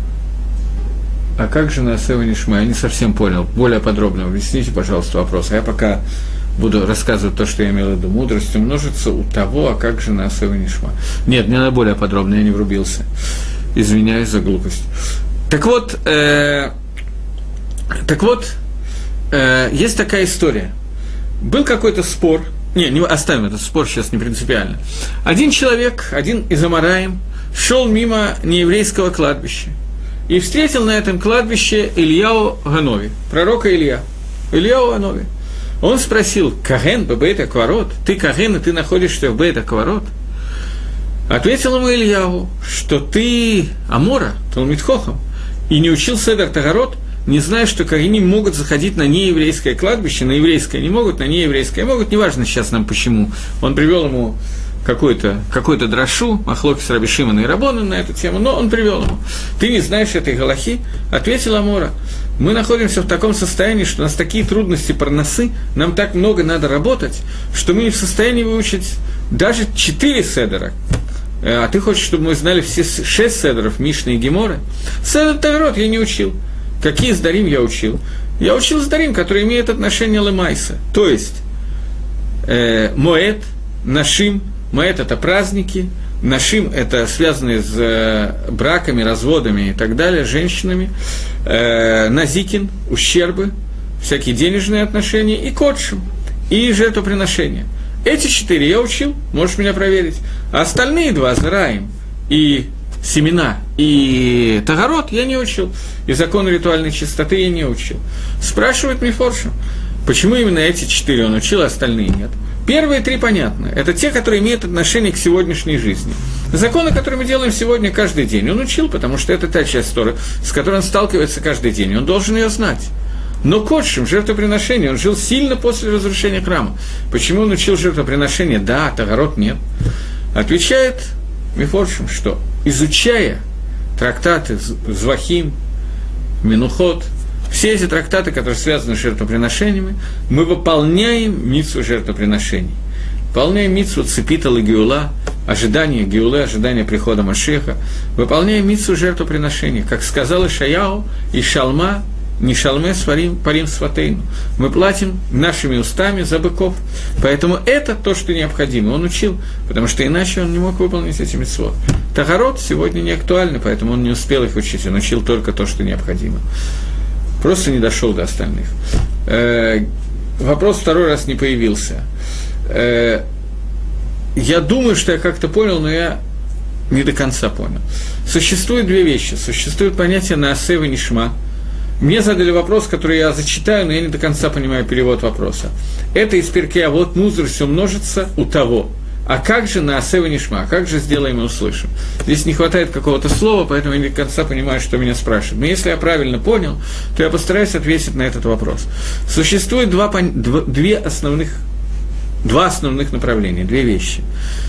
S1: а как же на Асева Нишма? Я не совсем понял, более подробно объясните, пожалуйста, вопрос, а я пока буду рассказывать то, что я имел в виду. Мудрость умножится у того, а как же на Асева Нишма? Нет, мне надо более подробно, я не врубился. Извиняюсь за глупость. Так вот, э, так вот, э, есть такая история. Был какой-то спор, не, не оставим этот спор, сейчас не принципиально. Один человек, один из амараим, шел мимо нееврейского кладбища и встретил на этом кладбище Ильяу Ганови, пророка Илья, Ильяу Ганови. Он спросил: «Каген бебейт акварот? Ты каген, и ты находишься в бейт акварот?» Ответил ему Ильяу, что ты Амора, Талмид Хохам, и не учил Седер Тагарот, не зная, что кагеним могут заходить на нееврейское кладбище, на еврейское не могут, на нееврейское могут, неважно сейчас нам почему. Он привел ему какой-то, какой-то драшу, махлокис Раби Шимона и Рабона на эту тему, но он привел ему. «Ты не знаешь этой галахи?» Ответил Амора: «Мы находимся в таком состоянии, что у нас такие трудности парносы, нам так много надо работать, что мы не в состоянии выучить даже четыре седера. А ты хочешь, чтобы мы знали все шесть седеров Мишны и Геморы? Седер Тагарот я не учил. Какие сдарим я учил? Я учил сдарим, которые имеют отношение лемайса. То есть, э, моэт, нашим. Моэт – это праздники, нашим – это связанные с э, браками, разводами и так далее, женщинами, э, назикин – ущербы, всякие денежные отношения, и кодшим, и жертвоприношения. Эти четыре я учил, можешь меня проверить. А остальные два – зараим и семена, и тагарот я не учил, и закон ритуальной чистоты я не учил. Спрашивает Мифоршим, почему именно эти четыре он учил, а остальные нет? Первые три понятны. Это те, которые имеют отношение к сегодняшней жизни. Законы, которые мы делаем сегодня каждый день, он учил, потому что это та часть Торы, с которой он сталкивается каждый день, и он должен ее знать. Но кодшим, жертвоприношение, он жил сильно после разрушения храма. Почему он учил жертвоприношение? Да, Тагарот нет. Отвечает Мифоршим, что изучая трактаты Звахим, Менухот, все эти трактаты, которые связаны с жертвоприношениями, мы выполняем мицву жертвоприношений. Выполняем мицву цепита лагиула, ожидание геулы, ожидание прихода Машеха. Выполняем мицву жертвоприношений. Как сказал Ишаяу, и шалма, не шалме сварим, парим сватейну. Мы платим нашими устами за быков. Поэтому это то, что необходимо. Он учил, потому что иначе он не мог выполнить эти мицвот. Тагарот сегодня не актуальны, поэтому он не успел их учить. Он учил только то, что необходимо. Просто не дошел до остальных. Э, вопрос второй раз не появился. Э, я думаю, что я как-то понял, но я не до конца понял. Существуют две вещи. Существует понятие «наасе венишма». Мне задали вопрос, который я зачитаю, но я не до конца понимаю перевод вопроса. Это из Перкей Авот музр все множится у того. А как же «наасе венишма», а как же сделаем и услышим? Здесь не хватает какого-то слова, поэтому я не до конца понимаю, что меня спрашивают. Но если я правильно понял, то я постараюсь ответить на этот вопрос. Существует два, два, две основных, два основных направления, две вещи.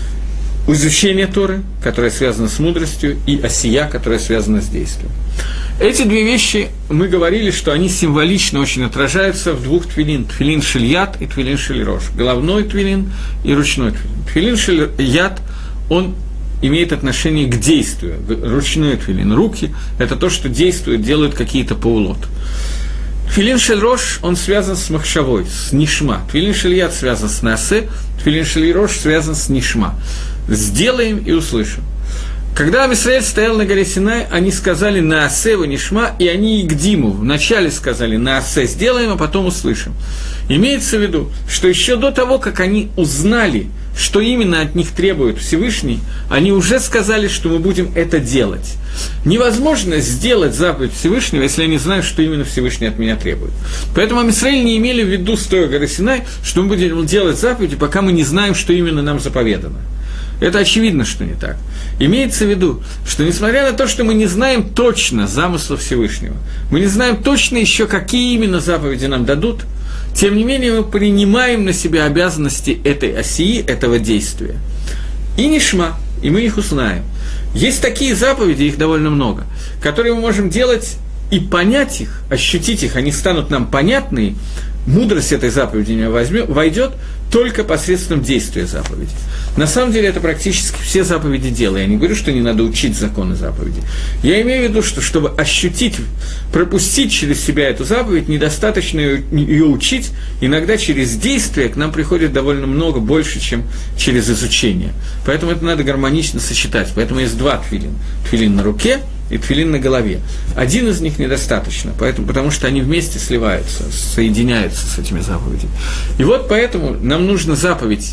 S1: Изучение Торы, которое связано с мудростью, и осия, которая связана с действием. Эти две вещи, мы говорили, что они символично очень отражаются в двух твилин. Твилин шельят и твилин шельрош. Головной твилин и ручной твилин. Твилин шельят, он имеет отношение к действию. Ручной твилин, руки – это то, что действует, делают какие-то паулот. Твилин шельрош, он связан с махшавой, с нишма. Твилин шельят связан с наасе, твилин шельрош связан с нишма. Сделаем и услышим. Когда Ам-Исраэль стоял на горе Синай, они сказали «Наасе венишма», и они Игдиму вначале сказали «Наасе сделаем», а потом услышим. Имеется в виду, что еще до того, как они узнали, что именно от них требует Всевышний, они уже сказали, что мы будем это делать. Невозможно сделать заповедь Всевышнего, если я не знаю, что именно Всевышний от меня требует. Поэтому Ам-Исраэль не имели в виду, стоя горы Синай, что мы будем делать заповеди, пока мы не знаем, что именно нам заповедано. Это очевидно, что не так. Имеется в виду, что несмотря на то, что мы не знаем точно замысла Всевышнего, мы не знаем точно еще, какие именно заповеди нам дадут, тем не менее мы принимаем на себя обязанности этой осии, этого действия. И нишма, и мы их узнаем. Есть такие заповеди, их довольно много, которые мы можем делать и понять их, ощутить их, они станут нам понятны, мудрость этой заповеди не возьмет, войдет только посредством действия заповеди. На самом деле это практически все заповеди дела. Я не говорю, что не надо учить законы заповеди. Я имею в виду, что чтобы ощутить, пропустить через себя эту заповедь, недостаточно ее, ее учить. Иногда через действие к нам приходит довольно много, больше, чем через изучение. Поэтому это надо гармонично сочетать. Поэтому есть два тфилин. Тфилин на руке и тфилин на голове. Один из них недостаточно, поэтому, потому что они вместе сливаются, соединяются с этими заповедями. И вот поэтому нам нужна заповедь,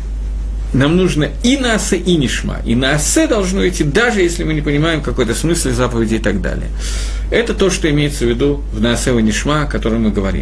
S1: нам нужно и наасе, и нишма. И наасе должно идти, даже если мы не понимаем какой-то смысл заповеди и так далее. Это то, что имеется в виду в наасе и нишма, о котором мы говорим.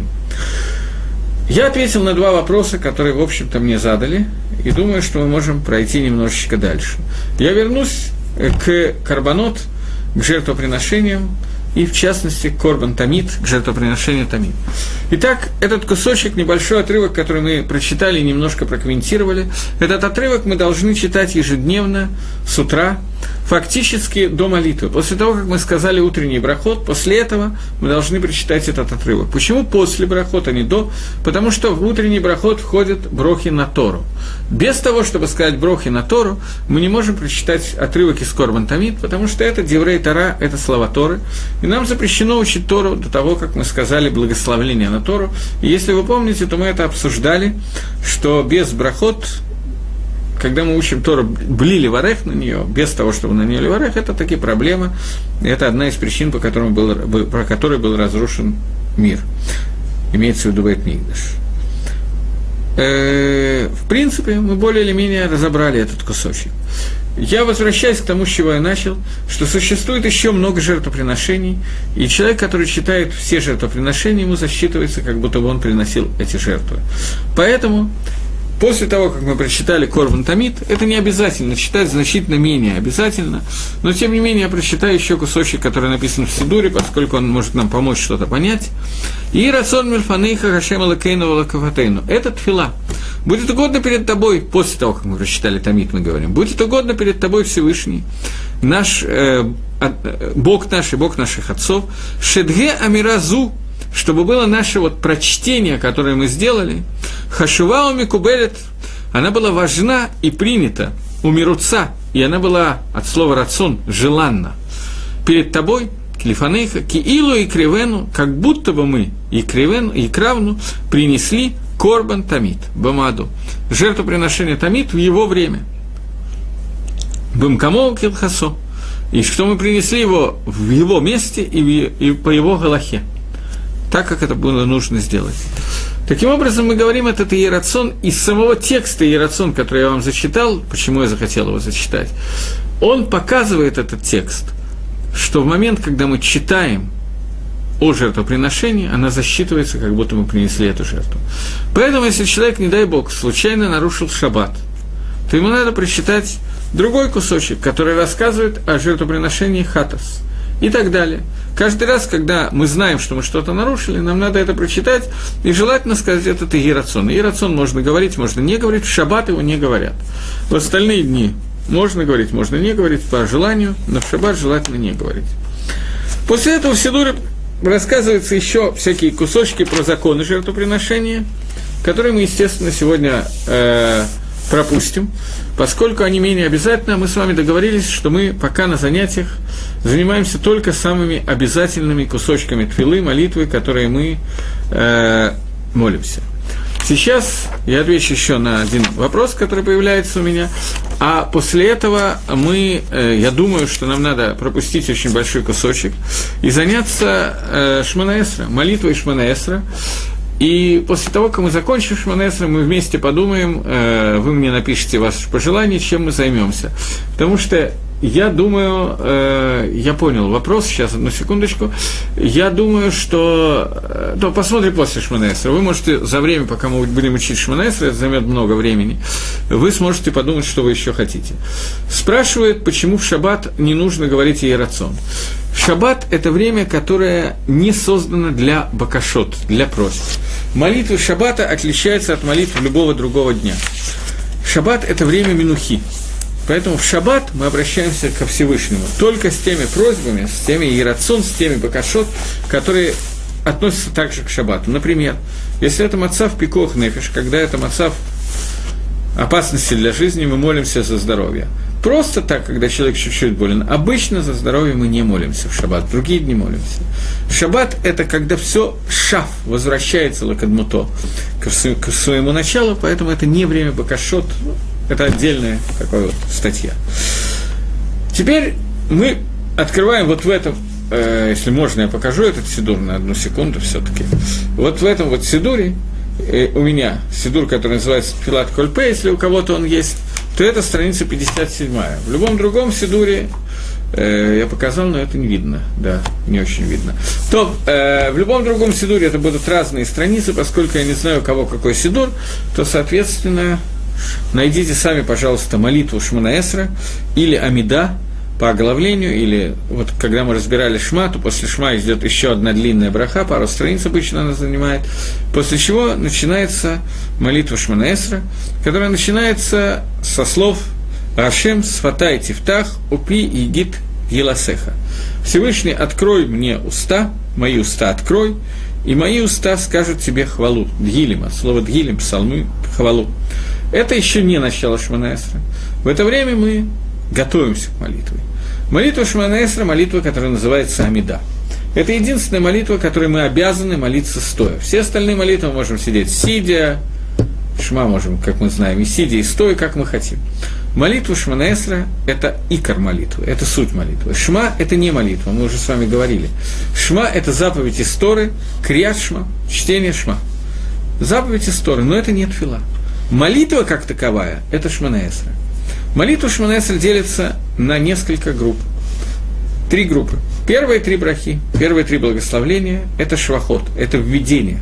S1: Я ответил на два вопроса, которые, в общем-то, мне задали, и думаю, что мы можем пройти немножечко дальше. Я вернусь к карбонот, к жертвоприношениям, и, в частности, к корбан тамид, к жертвоприношению тамид. Итак, этот кусочек, небольшой отрывок, который мы прочитали и немножко прокомментировали, этот отрывок мы должны читать ежедневно, с утра, фактически до молитвы. После того, как мы сказали утренний брахот, после этого мы должны прочитать этот отрывок. Почему после брахот, а не до? Потому что в утренний брахот входят брохи на Тору. Без того, чтобы сказать брохи на Тору, мы не можем прочитать отрывок из корбан тамид, потому что это деврей Тора, это слова Торы. И нам запрещено учить Тору до того, как мы сказали благословление на Тору. И если вы помните, то мы это обсуждали, что без брахот, когда мы учим Тору бли леварех на нее, без того, чтобы на нее леварех, это таки проблема. И это одна из причин, по которой был, по которой был разрушен мир. Имеется в виду Бейт Микдаш. В принципе, мы более или менее разобрали этот кусочек. Я возвращаюсь к тому, с чего я начал, что существует еще много жертвоприношений, и человек, который читает все жертвоприношения, ему засчитывается, как будто бы он приносил эти жертвы. Поэтому После того, как мы прочитали Корбан Тамид, это не обязательно читать, значительно менее обязательно, но тем не менее я прочитаю еще кусочек, который написан в Сидуре, поскольку он может нам помочь что-то понять. «И рацон мельфанейха хашем алакейну валакаватейну». Это тфила. «Будет угодно перед тобой», после того, как мы прочитали Тамид, мы говорим, «будет угодно перед тобой Всевышний, наш э, э, Бог наш и Бог наших отцов, шедге амиразу», чтобы было наше вот прочтение, которое мы сделали, «Хашувау микубелет», она была важна и принята у мируца, и она была от слова «рацон» желанна. Перед тобой, клифанейха, киилу и кривену, как будто бы мы и кривену, и кравну принесли корбан тамид, бамаду, жертвоприношение тамид в его время. Бымкамоу килхасо, и что мы принесли его в его месте и, в, и по его галахе, так, как это было нужно сделать. Таким образом, мы говорим этот иерацон из самого текста иерацон, который я вам зачитал, почему я захотел его зачитать, он показывает этот текст, что в момент, когда мы читаем о жертвоприношении, она засчитывается, как будто мы принесли эту жертву. Поэтому, если человек, не дай Бог, случайно нарушил шаббат, то ему надо прочитать другой кусочек, который рассказывает о жертвоприношении хатас и так далее. Каждый раз, когда мы знаем, что мы что-то нарушили, нам надо это прочитать, и желательно сказать этот иерацон. Иерацон можно говорить, можно не говорить, в шаббат его не говорят. В остальные дни можно говорить, можно не говорить, по желанию, но в шаббат желательно не говорить. После этого в Сидуре рассказываются еще всякие кусочки про законы жертвоприношения, которые мы, естественно, сегодня э, пропустим, поскольку они менее обязательны. Мы с вами договорились, что мы пока на занятиях занимаемся только самыми обязательными кусочками тфилы, молитвы, которые мы э, молимся. Сейчас я отвечу еще на один вопрос, который появляется у меня, а после этого мы, э, я думаю, что нам надо пропустить очень большой кусочек и заняться э, Шмона Эсра, молитвой Шмона Эсра. И после того, как мы закончим Шмона Эсра, мы вместе подумаем, э, вы мне напишите ваши пожелания, чем мы займемся. Потому что я думаю, э, я понял вопрос, сейчас, одну секундочку, я думаю, что, э, то посмотрим после Шмона Эсра, вы можете за время, пока мы будем учить Шмона Эсра, это займет много времени, вы сможете подумать, что вы еще хотите. Спрашивают, почему в шаббат не нужно говорить иерацон. Шаббат – это время, которое не создано для бакашот, для просьб. Молитва шаббата отличается от молитв любого другого дня. Шаббат – это время минухи. Поэтому в шаббат мы обращаемся ко Всевышнему только с теми просьбами, с теми иерацон, с теми бакашот, которые относятся также к шаббату. Например, если это мацав пикох нефиш, когда это мацав опасности для жизни, мы молимся за здоровье. Просто так, когда человек чуть-чуть болен. Обычно за здоровье мы не молимся в шаббат, в другие дни молимся. Шаббат – это когда все шаф возвращается лакадмуто к своему началу, поэтому это не время бакашот, это отдельная такая вот статья. Теперь мы открываем вот в этом, э, если можно, я покажу этот сидур на одну секунду все-таки. Вот в этом вот сидуре, э, у меня сидур, который называется Пилат Кольпе, если у кого-то он есть, то это страница пятьдесят седьмая. В любом другом сидуре э, я показал, но это не видно, да, не очень видно. То э, в любом другом сидуре это будут разные страницы, поскольку я не знаю, у кого какой сидур, то, соответственно, найдите сами, пожалуйста, молитву Шмона Эсра или Амида по оглавлению, или вот когда мы разбирали Шма, то после Шма идет еще одна длинная браха, пару страниц обычно она занимает, после чего начинается молитва Шмона Эсра, которая начинается со слов «Ашем сфатай тифтах упи игит еласеха». Всевышний, открой мне уста, мои уста открой, и мои уста скажут тебе хвалу. Дгилима, слово дгилим, псалмы, хвалу. Это еще не начало Шмона Эсра. В это время мы готовимся к молитве. Молитва Шмона Эсра – молитва, которая называется Амида. Это единственная молитва, которой мы обязаны молиться стоя. Все остальные молитвы мы можем сидеть сидя, Шма можем, как мы знаем, и сидя, и стоя, как мы хотим. Молитва Шмона Эсра – это икор молитвы, это суть молитвы. Шма – это не молитва, мы уже с вами говорили. Шма – это заповедь из Торы, крият Шма, чтение Шма. Заповедь из Торы, но это не тфила. Молитва, как таковая, это Шмона Эсра. Молитва Шмона Эсра делится на несколько групп. Три группы. Первые три брахи, первые три благословления – это швахот, это введение.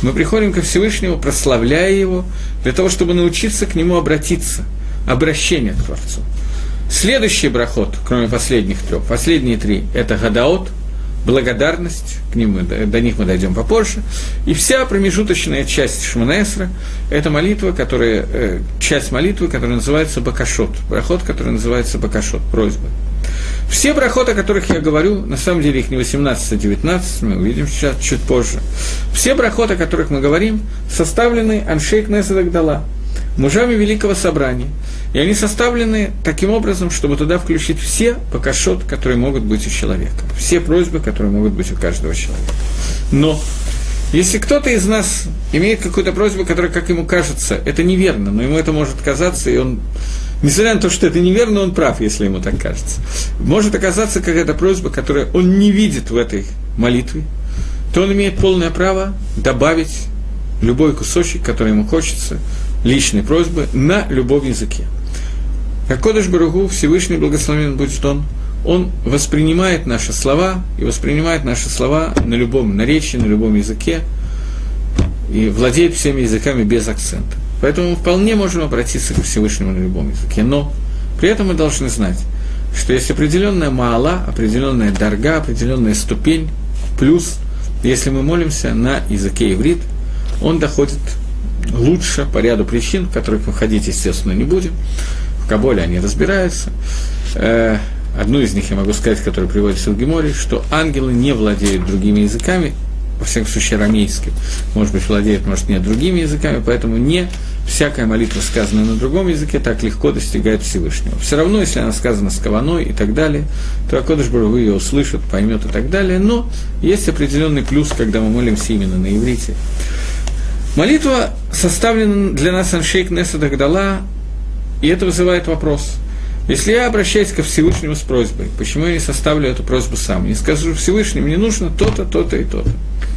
S1: Мы приходим ко Всевышнему, прославляя Его, для того, чтобы научиться к Нему обратиться, обращение к Творцу. Следующий брахот, кроме последних трех, последние три – это гадаот, благодарность, к ним, до них мы дойдем попозже, и вся промежуточная часть Шмона Эсра – это молитва, которая, э, часть молитвы, которая называется бакашот, брахот, который называется бакашот, просьба. Все брахот, о которых я говорю, на самом деле их не восемнадцать, а девятнадцать, мы увидим сейчас чуть позже. Все брахот, о которых мы говорим, составлены Аншей Кнесет Агдала, мужами Великого Собрания. И они составлены таким образом, чтобы туда включить все бакашот, которые могут быть у человека. Все просьбы, которые могут быть у каждого человека. Но если кто-то из нас имеет какую-то просьбу, которая, как ему кажется, это неверно, но ему это может казаться, и он, несмотря на то, что это неверно, он прав, если ему так кажется. Может оказаться какая-то просьба, которую он не видит в этой молитве, то он имеет полное право добавить любой кусочек, который ему хочется, личной просьбы, на любом языке. Как Кодеш Барух Ху, Всевышний благословен будет Он, Он воспринимает наши слова, и воспринимает наши слова на любом наречии, на любом языке, и владеет всеми языками без акцента. Поэтому мы вполне можем обратиться к Всевышнему на любом языке. Но при этом мы должны знать, что есть определенная маала, определенная дарга, определенная ступень, плюс, если мы молимся на языке иврит, он доходит лучше по ряду причин, в которых мы ходить, естественно, не будем. В Каболе они разбираются. Одну из них я могу сказать, которая приводится в Геморе, что ангелы не владеют другими языками, во всяком случае арамейским, может быть, владеют, может, нет, другими языками, поэтому не всякая молитва, сказанная на другом языке, так легко достигает Всевышнего. Все равно, если она сказана с каваной и так далее, то Акодеш Барух Ху ее услышит, поймет и так далее, но есть определенный плюс, когда мы молимся именно на иврите. Молитва составлена для нас Аншей Кнесет Агдала, и это вызывает вопрос. Если я обращаюсь ко Всевышнему с просьбой, почему я не составлю эту просьбу сам? Не скажу Всевышнему, мне нужно то-то, то-то и то-то.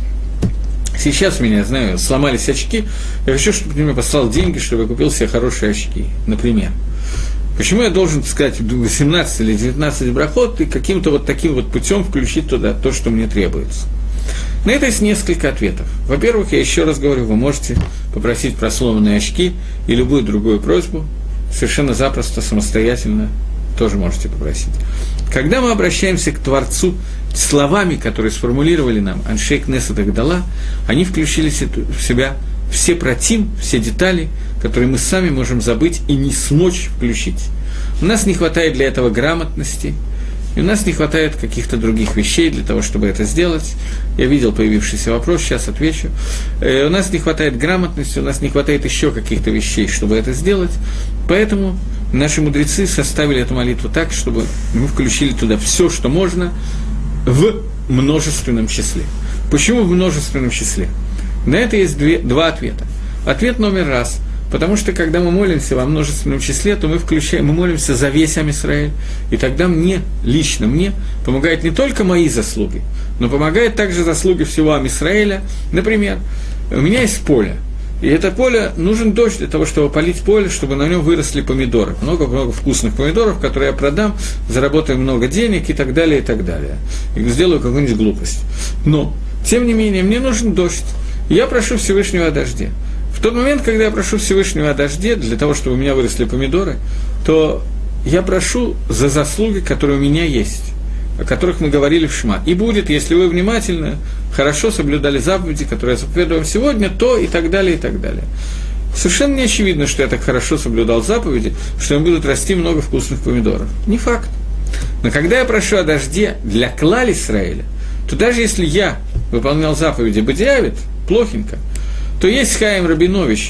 S1: Сейчас у меня, я знаю, сломались очки, я хочу, чтобы ты мне послал деньги, чтобы я купил себе хорошие очки, например. Почему я должен, так сказать, восемнадцать или девятнадцать брахот и каким-то вот таким вот путем включить туда то, что мне требуется? На это есть несколько ответов. Во-первых, я еще раз говорю, вы можете попросить про сломанные очки и любую другую просьбу, совершенно запросто, самостоятельно тоже можете попросить. Когда мы обращаемся к Творцу словами, которые сформулировали нам Аншей Кнесет Агдала, они включили в себя все протим, все детали, которые мы сами можем забыть и не смочь включить. У нас не хватает для этого грамотности, и у нас не хватает каких-то других вещей для того, чтобы это сделать. Я видел появившийся вопрос, сейчас отвечу. У нас не хватает грамотности, у нас не хватает еще каких-то вещей, чтобы это сделать. Поэтому наши мудрецы составили эту молитву так, чтобы мы включили туда все, что можно, в множественном числе. Почему в множественном числе? На это есть две, два ответа. Ответ номер раз. Потому что, когда мы молимся во множественном числе, то мы включаем, мы молимся за весь Ам Исраэль, и тогда мне, лично мне, помогают не только мои заслуги, но помогают также заслуги всего Ам Исраэля. Например, у меня есть поле, и это поле, нужен дождь для того, чтобы полить поле, чтобы на нем выросли помидоры, много-много вкусных помидоров, которые я продам, заработаю много денег и так далее, и так далее, и сделаю какую-нибудь глупость. Но, тем не менее, мне нужен дождь, и я прошу Всевышнего о дожде. В тот момент, когда я прошу Всевышнего о дожде, для того, чтобы у меня выросли помидоры, то я прошу за заслуги, которые у меня есть, о которых мы говорили в Шма. И будет, если вы внимательно, хорошо соблюдали заповеди, которые я заповедую вам сегодня, то и так далее, и так далее. Совершенно не очевидно, что я так хорошо соблюдал заповеди, что им будут расти много вкусных помидоров. Не факт. Но когда я прошу о дожде для клаль Исраэля, то даже если я выполнял заповеди Бадиавит, плохенько, то есть Хаим Рабинович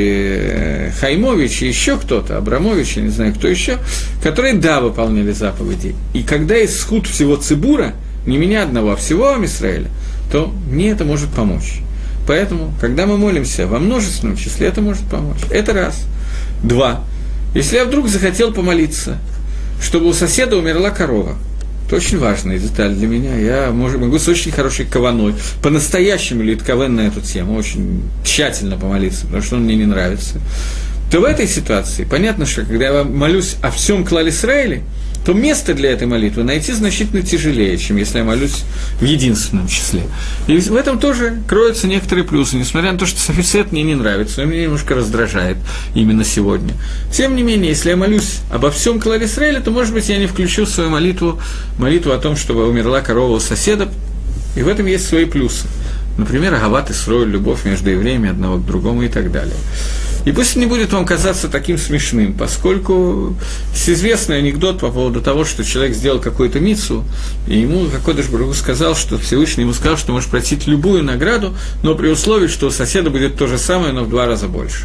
S1: и Хаймович, и еще кто-то, Абрамович, я не знаю, кто еще, которые, да, выполняли заповеди. И когда есть схуд всего Цибура, не меня одного, а всего Ам Исраэля, то мне это может помочь. Поэтому, когда мы молимся во множественном числе, это может помочь. Это раз. Два. Если я вдруг захотел помолиться, чтобы у соседа умерла корова, это очень важная деталь для меня. Я могу с очень хорошей каваной, по-настоящему литковен на эту тему, очень тщательно помолиться, потому что он мне не нравится. то в этой ситуации понятно, что когда я молюсь о всем Клаль Исраэле, то место для этой молитвы найти значительно тяжелее, чем если я молюсь в единственном числе. И в этом тоже кроются некоторые плюсы, несмотря на то, что Софисет мне не нравится, он меня немножко раздражает именно сегодня. Тем не менее, если я молюсь обо всем Клаль Исраэле, то, может быть, я не включу в свою молитву молитву о том, чтобы умерла корова у соседа, и в этом есть свои плюсы. Например, Агават Исроэль, любовь между евреями одного к другому и так далее. И пусть не будет вам казаться таким смешным, поскольку есть известный анекдот по поводу того, что человек сделал какую-то мицву, и ему Кодеш Барух Ху сказал, что Всевышний ему сказал, что можешь просить любую награду, но при условии, что у соседа будет то же самое, но в два раза больше.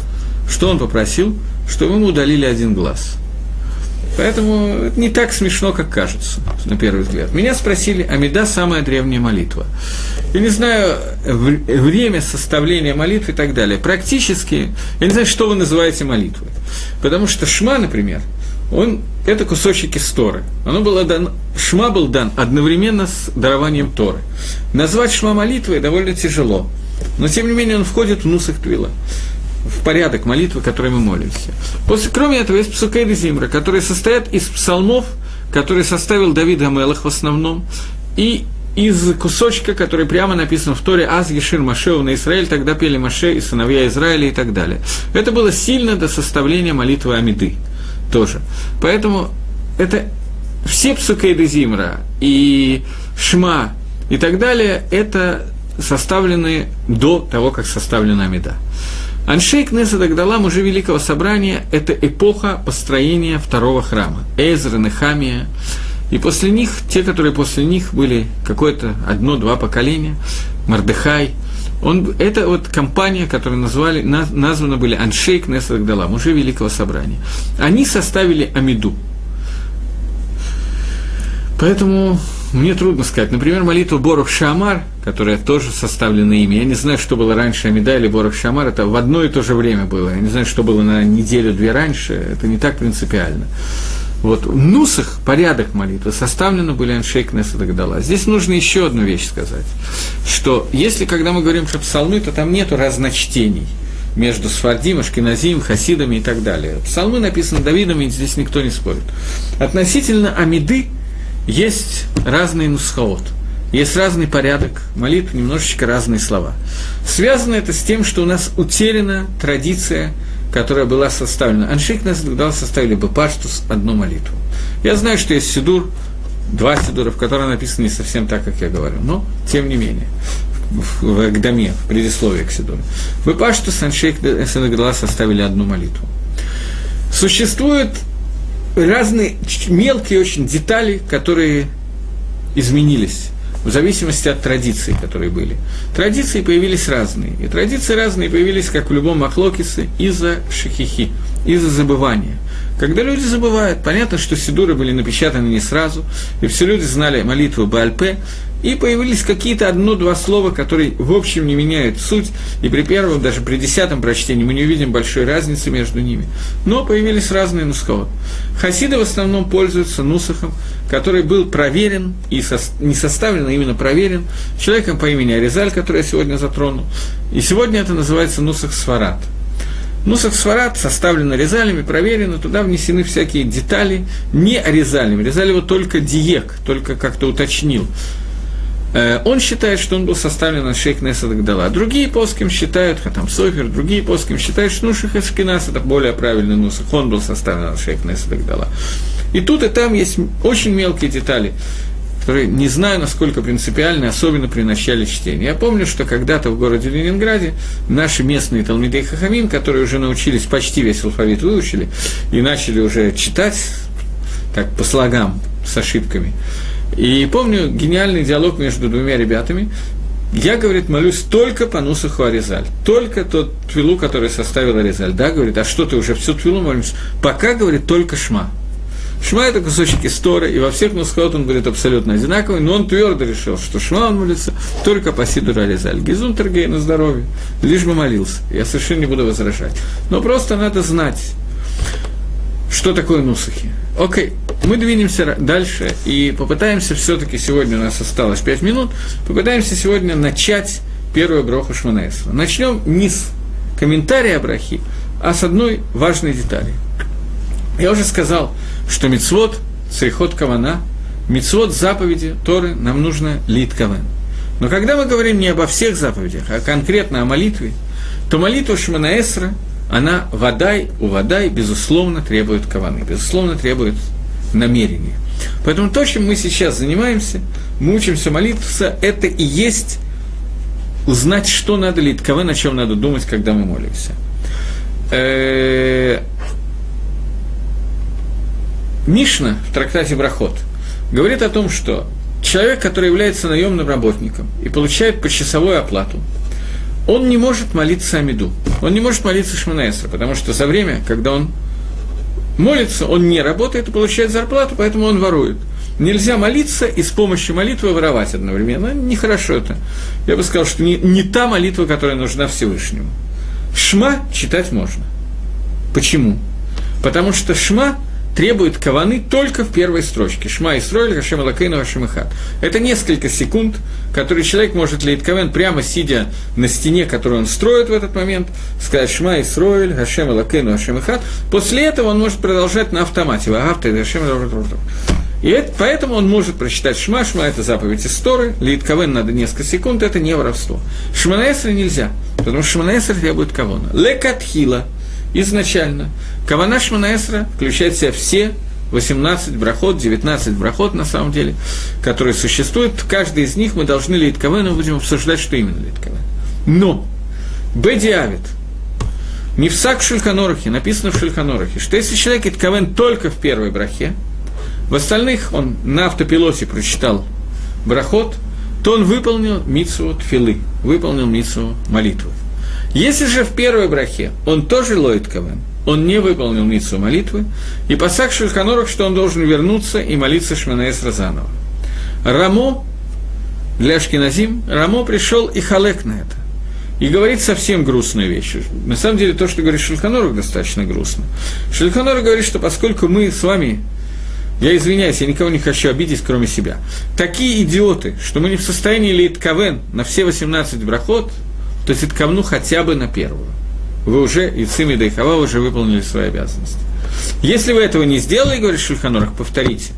S1: Что он попросил? Чтобы ему удалили один глаз. Поэтому это не так смешно, как кажется, на первый взгляд. Меня спросили, Амида – самая древняя молитва. Я не знаю, время составления молитвы и так далее. Практически, я не знаю, что вы называете молитвой. Потому что Шма, например, он, это кусочек из Торы. Оно было дан, Шма был дан одновременно с дарованием Торы. Назвать Шма молитвой довольно тяжело. Но, тем не менее, он входит в Нусах Твила, в порядок молитвы, которой мы молимся. После, кроме этого, есть Псукей де Зимра, которые состоят из псалмов, которые составил Давид га-Мелех в основном, и из кусочка, который прямо написан в Торе «Аз Ешир Машеу на Израиль», тогда пели Маше и сыновья Израиля и так далее. Это было сильно до составления молитвы Амиды тоже. Поэтому это все Псукей де Зимра и Шма и так далее, это составлены до того, как составлена Амида. Аншей Кнесет Агдала, мужи Великого Собрания, это эпоха построения второго храма. Эзра, Нехамия. И после них, те, которые после них были какое-то одно-два поколения, Мордехай, он, это вот компания, которую назвали, названы были Аншей Кнесет Агдала, мужи Великого Собрания. Они составили Амиду. Поэтому мне трудно сказать. Например, молитва Борух Шамар, которая тоже составлена ими. Я не знаю, что было раньше, Амида или Борух Шамар, это в одно и то же время было. Я не знаю, что было на неделю-две раньше, это не так принципиально. Вот в Нусах порядок молитвы составлены были Аншей Кнесет Агдала. Здесь нужно еще одну вещь сказать, что если, когда мы говорим про псалмы, то там нету разночтений между Сфардим, Ашкеназим, Хасидами и так далее. Псалмы написаны Давидом, и здесь никто не спорит. Относительно Амиды есть разный нусхаот, есть разный порядок молитв, немножечко разные слова. Связано это с тем, что у нас утеряна традиция, которая была составлена. Аншей Кнесет Агдала составили бы паштус, одну молитву. Я знаю, что есть сидур, два сидура, в которых написано не совсем так, как я говорю, но тем не менее, в, в Агдаме, в предисловии к сидуру. В паштус Аншей Кнесет Агдала составили одну молитву. Существуют разные мелкие очень детали, которые изменились в зависимости от традиций, которые были. Традиции появились разные. И традиции разные появились, как в любом махлокисе, из-за шихихи, из-за забывания. Когда люди забывают, понятно, что сидуры были напечатаны не сразу, и все люди знали молитву Бааль-Пе, и появились какие-то одно-два слова, которые в общем не меняют суть, и при первом, даже при десятом прочтении мы не увидим большой разницы между ними. Но появились разные нусхаот. Хасиды в основном пользуются нусахом, который был проверен, и со, не составлен, а именно проверен, человеком по имени Аризаль, который я сегодня затронул. И сегодня это называется нусах Сфарад. Нусах Сфарад составлен Аризалями, проверено, туда внесены всякие детали, не Аризалями. Аризаль его только диек, только как-то уточнил. Он считает, что он был составлен Аншей Кнесет Агдала. Другие поским считают, Хатам Софер, другие поским считают, что Нусах Ашкеназ – это более правильный нусах, он был составлен Аншей Кнесет Агдала. И тут и там есть очень мелкие детали, которые не знаю, насколько принципиальны, особенно при начале чтения. Я помню, что когда-то в городе Ленинграде наши местные Талмидей Хахамим, которые уже научились, почти весь алфавит выучили, и начали уже читать так по слогам с ошибками. И помню гениальный диалог между двумя ребятами. Я, говорит, молюсь только по нусаху Аризаль, только тот твилу, который составил Аризаль. Да, говорит, а что ты уже всю твилу молишься? Пока, говорит, только Шма. Шма – это кусочек из Торы, и во всех нусхаот он будет абсолютно одинаковый, но он твердо решил, что Шма он молится только по сидуру Аризаль. Гизун Тергей на здоровье, лишь бы молился. Я совершенно не буду возражать. Но просто надо знать, что такое нусахи. Окей, мы двинемся дальше и попытаемся все-таки, сегодня у нас осталось пять минут, попытаемся сегодня начать первую броху Шмона Эсра. Начнем не с комментария брахи, а с одной важной деталью. Я уже сказал, что мицвот, црихот кавана, мицвот заповеди Торы нам нужно лит кавен. Но когда мы говорим не обо всех заповедях, а конкретно о молитве, то молитва Шмона Эсра, она вадай, у вадай, безусловно, требует каваны, безусловно, требует намерения. Поэтому то, чем мы сейчас занимаемся, мы учимся молиться, это и есть узнать, что надо лит кавен, о чем надо думать, когда мы молимся. Мишна в трактате Брахот говорит о том, что человек, который является наемным работником и получает почасовую оплату, он не может молиться Амиду, он не может молиться Шмона Эсра, потому что за время, когда он молится, он не работает и получает зарплату, поэтому он ворует. Нельзя молиться и с помощью молитвы воровать одновременно. Нехорошо это. Я бы сказал, что не, не та молитва, которая нужна Всевышнему. Шма читать можно. Почему? Потому что шма требует каваны только в первой строчке. Шма Исроэль, Хашем Элокейну, Хашем Эхад. Это несколько секунд, которые человек может лить кавен, прямо сидя на стене, которую он строит в этот момент, сказать Шма Исроэль, Хашем Элокейну, Хашем Эхад. После этого он может продолжать на автомате. И это, поэтому он может прочитать Шма. Шма – это заповедь из Торы. Лит кавен надо несколько секунд, это не воровство. Шмона Эсра нельзя, потому что Шмона Эсра требует кавана. Лекатхила. Изначально. Кавана Шмона Эсра включает в себя все восемнадцать брахот, девятнадцать брахот, на самом деле, которые существуют. Каждый из них мы должны лит кавен, мы будем обсуждать, что именно лит кавен. Но бедиавит, не в сак в Шульхан Орухе, написано в Шульхан Орухе, что если человек лит кавен только в первой брахе, в остальных он на автопилоте прочитал брахот, то он выполнил мицву тфилы, выполнил мицву молитвы. Если же в первой брахе он тоже лоит кавен, он не выполнил мицву молитвы, и пасак Шульхан Орух, что он должен вернуться и молиться Шмона Эсра заново. Рамо, для Ашкеназим, Рамо пришел и халек на это, и говорит совсем грустную вещь. На самом деле, то, что говорит Шульхан Орух, достаточно грустно. Шульхан Орух говорит, что поскольку мы с вами, я извиняюсь, я никого не хочу обидеть, кроме себя, такие идиоты, что мы не в состоянии лить кавен на все восемнадцать брахот, то есть ткавну хотя бы на первую. Вы уже, и Цими да и Хава, уже выполнили свои обязанности. Если вы этого не сделали, говорит Шульхан Орух, повторите,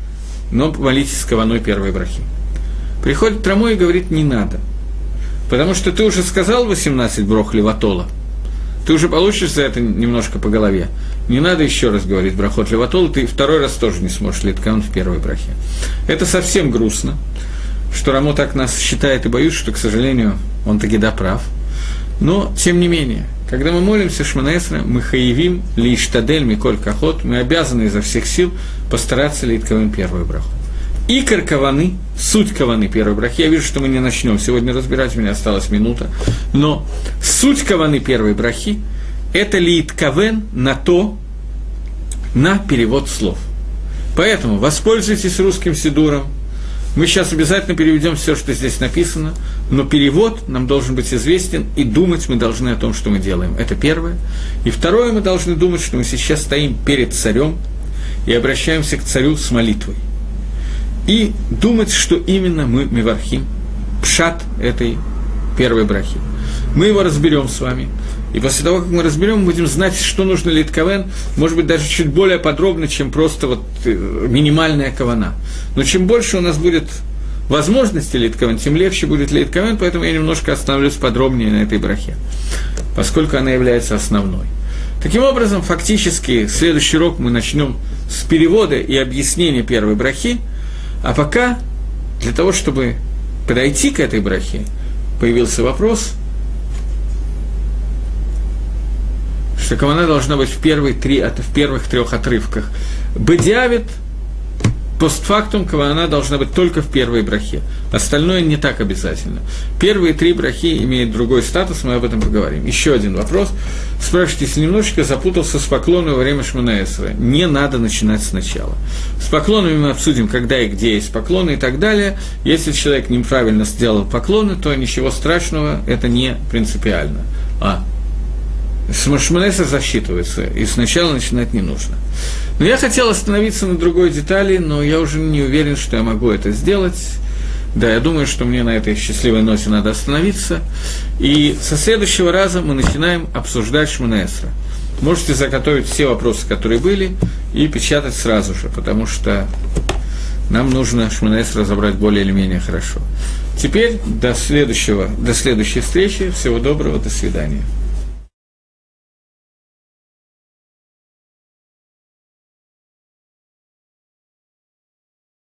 S1: но молитесь с каваной первой брахи. Приходит Рамо и говорит, не надо, потому что ты уже сказал восемнадцать брох леватола, ты уже получишь за это немножко по голове. Не надо еще раз говорить брахот леватола, ты второй раз тоже не сможешь лить каван в первой брахе. Это совсем грустно, что Рамо так нас считает, и боюсь, что, к сожалению, он таки да прав. Но, тем не менее, когда мы молимся Шмона Эсра, мы хаевим лиштадель миколь кахот, мы обязаны изо всех сил постараться лить каван первую браху. Икор каваны, суть каваны первой брахи, я вижу, что мы не начнем сегодня разбирать, у меня осталась минута, но суть каваны первой брахи – это лит кавен на то, на перевод слов. Поэтому воспользуйтесь русским сидуром. Мы сейчас обязательно переведем все, что здесь написано, но перевод нам должен быть известен, и думать мы должны о том, что мы делаем. Это первое. И второе, мы должны думать, что мы сейчас стоим перед царем и обращаемся к царю с молитвой. И думать, что именно мы мивархим, пшат этой первой брахи. Мы его разберем с вами. И после того, как мы разберем, мы будем знать, что нужно лит кавен, может быть, даже чуть более подробно, чем просто вот минимальная кавана. Но чем больше у нас будет возможности лит кавен, тем легче будет лит кавен, поэтому я немножко остановлюсь подробнее на этой брахе, поскольку она является основной. Таким образом, фактически, следующий урок мы начнем с перевода и объяснения первой брахи, а пока, для того, чтобы подойти к этой брахе, появился вопрос, что кавана должна быть в, первые три, в первых трех отрывках. Бедиавит, постфактум, кавана должна быть только в первой брахе. Остальное не так обязательно. Первые три брахи имеют другой статус, мы об этом поговорим. Еще один вопрос. Спрашиваете, если немножечко запутался с поклоном во время Шмона Эсра, не надо начинать сначала. С поклонами мы обсудим, когда и где есть поклоны и так далее. Если человек неправильно сделал поклоны, то ничего страшного, это не принципиально. А Шмона Эсра засчитывается, и сначала начинать не нужно. Но я хотел остановиться на другой детали, но я уже не уверен, что я могу это сделать. Да, я думаю, что мне на этой счастливой ноте надо остановиться. И со следующего раза мы начинаем обсуждать Шмона Эсра. можете заготовить все вопросы, которые были, и печатать сразу же, потому что нам нужно Шмона Эсрей разобрать более или менее хорошо. Теперь до следующего, до следующей встречи. Всего доброго, до свидания.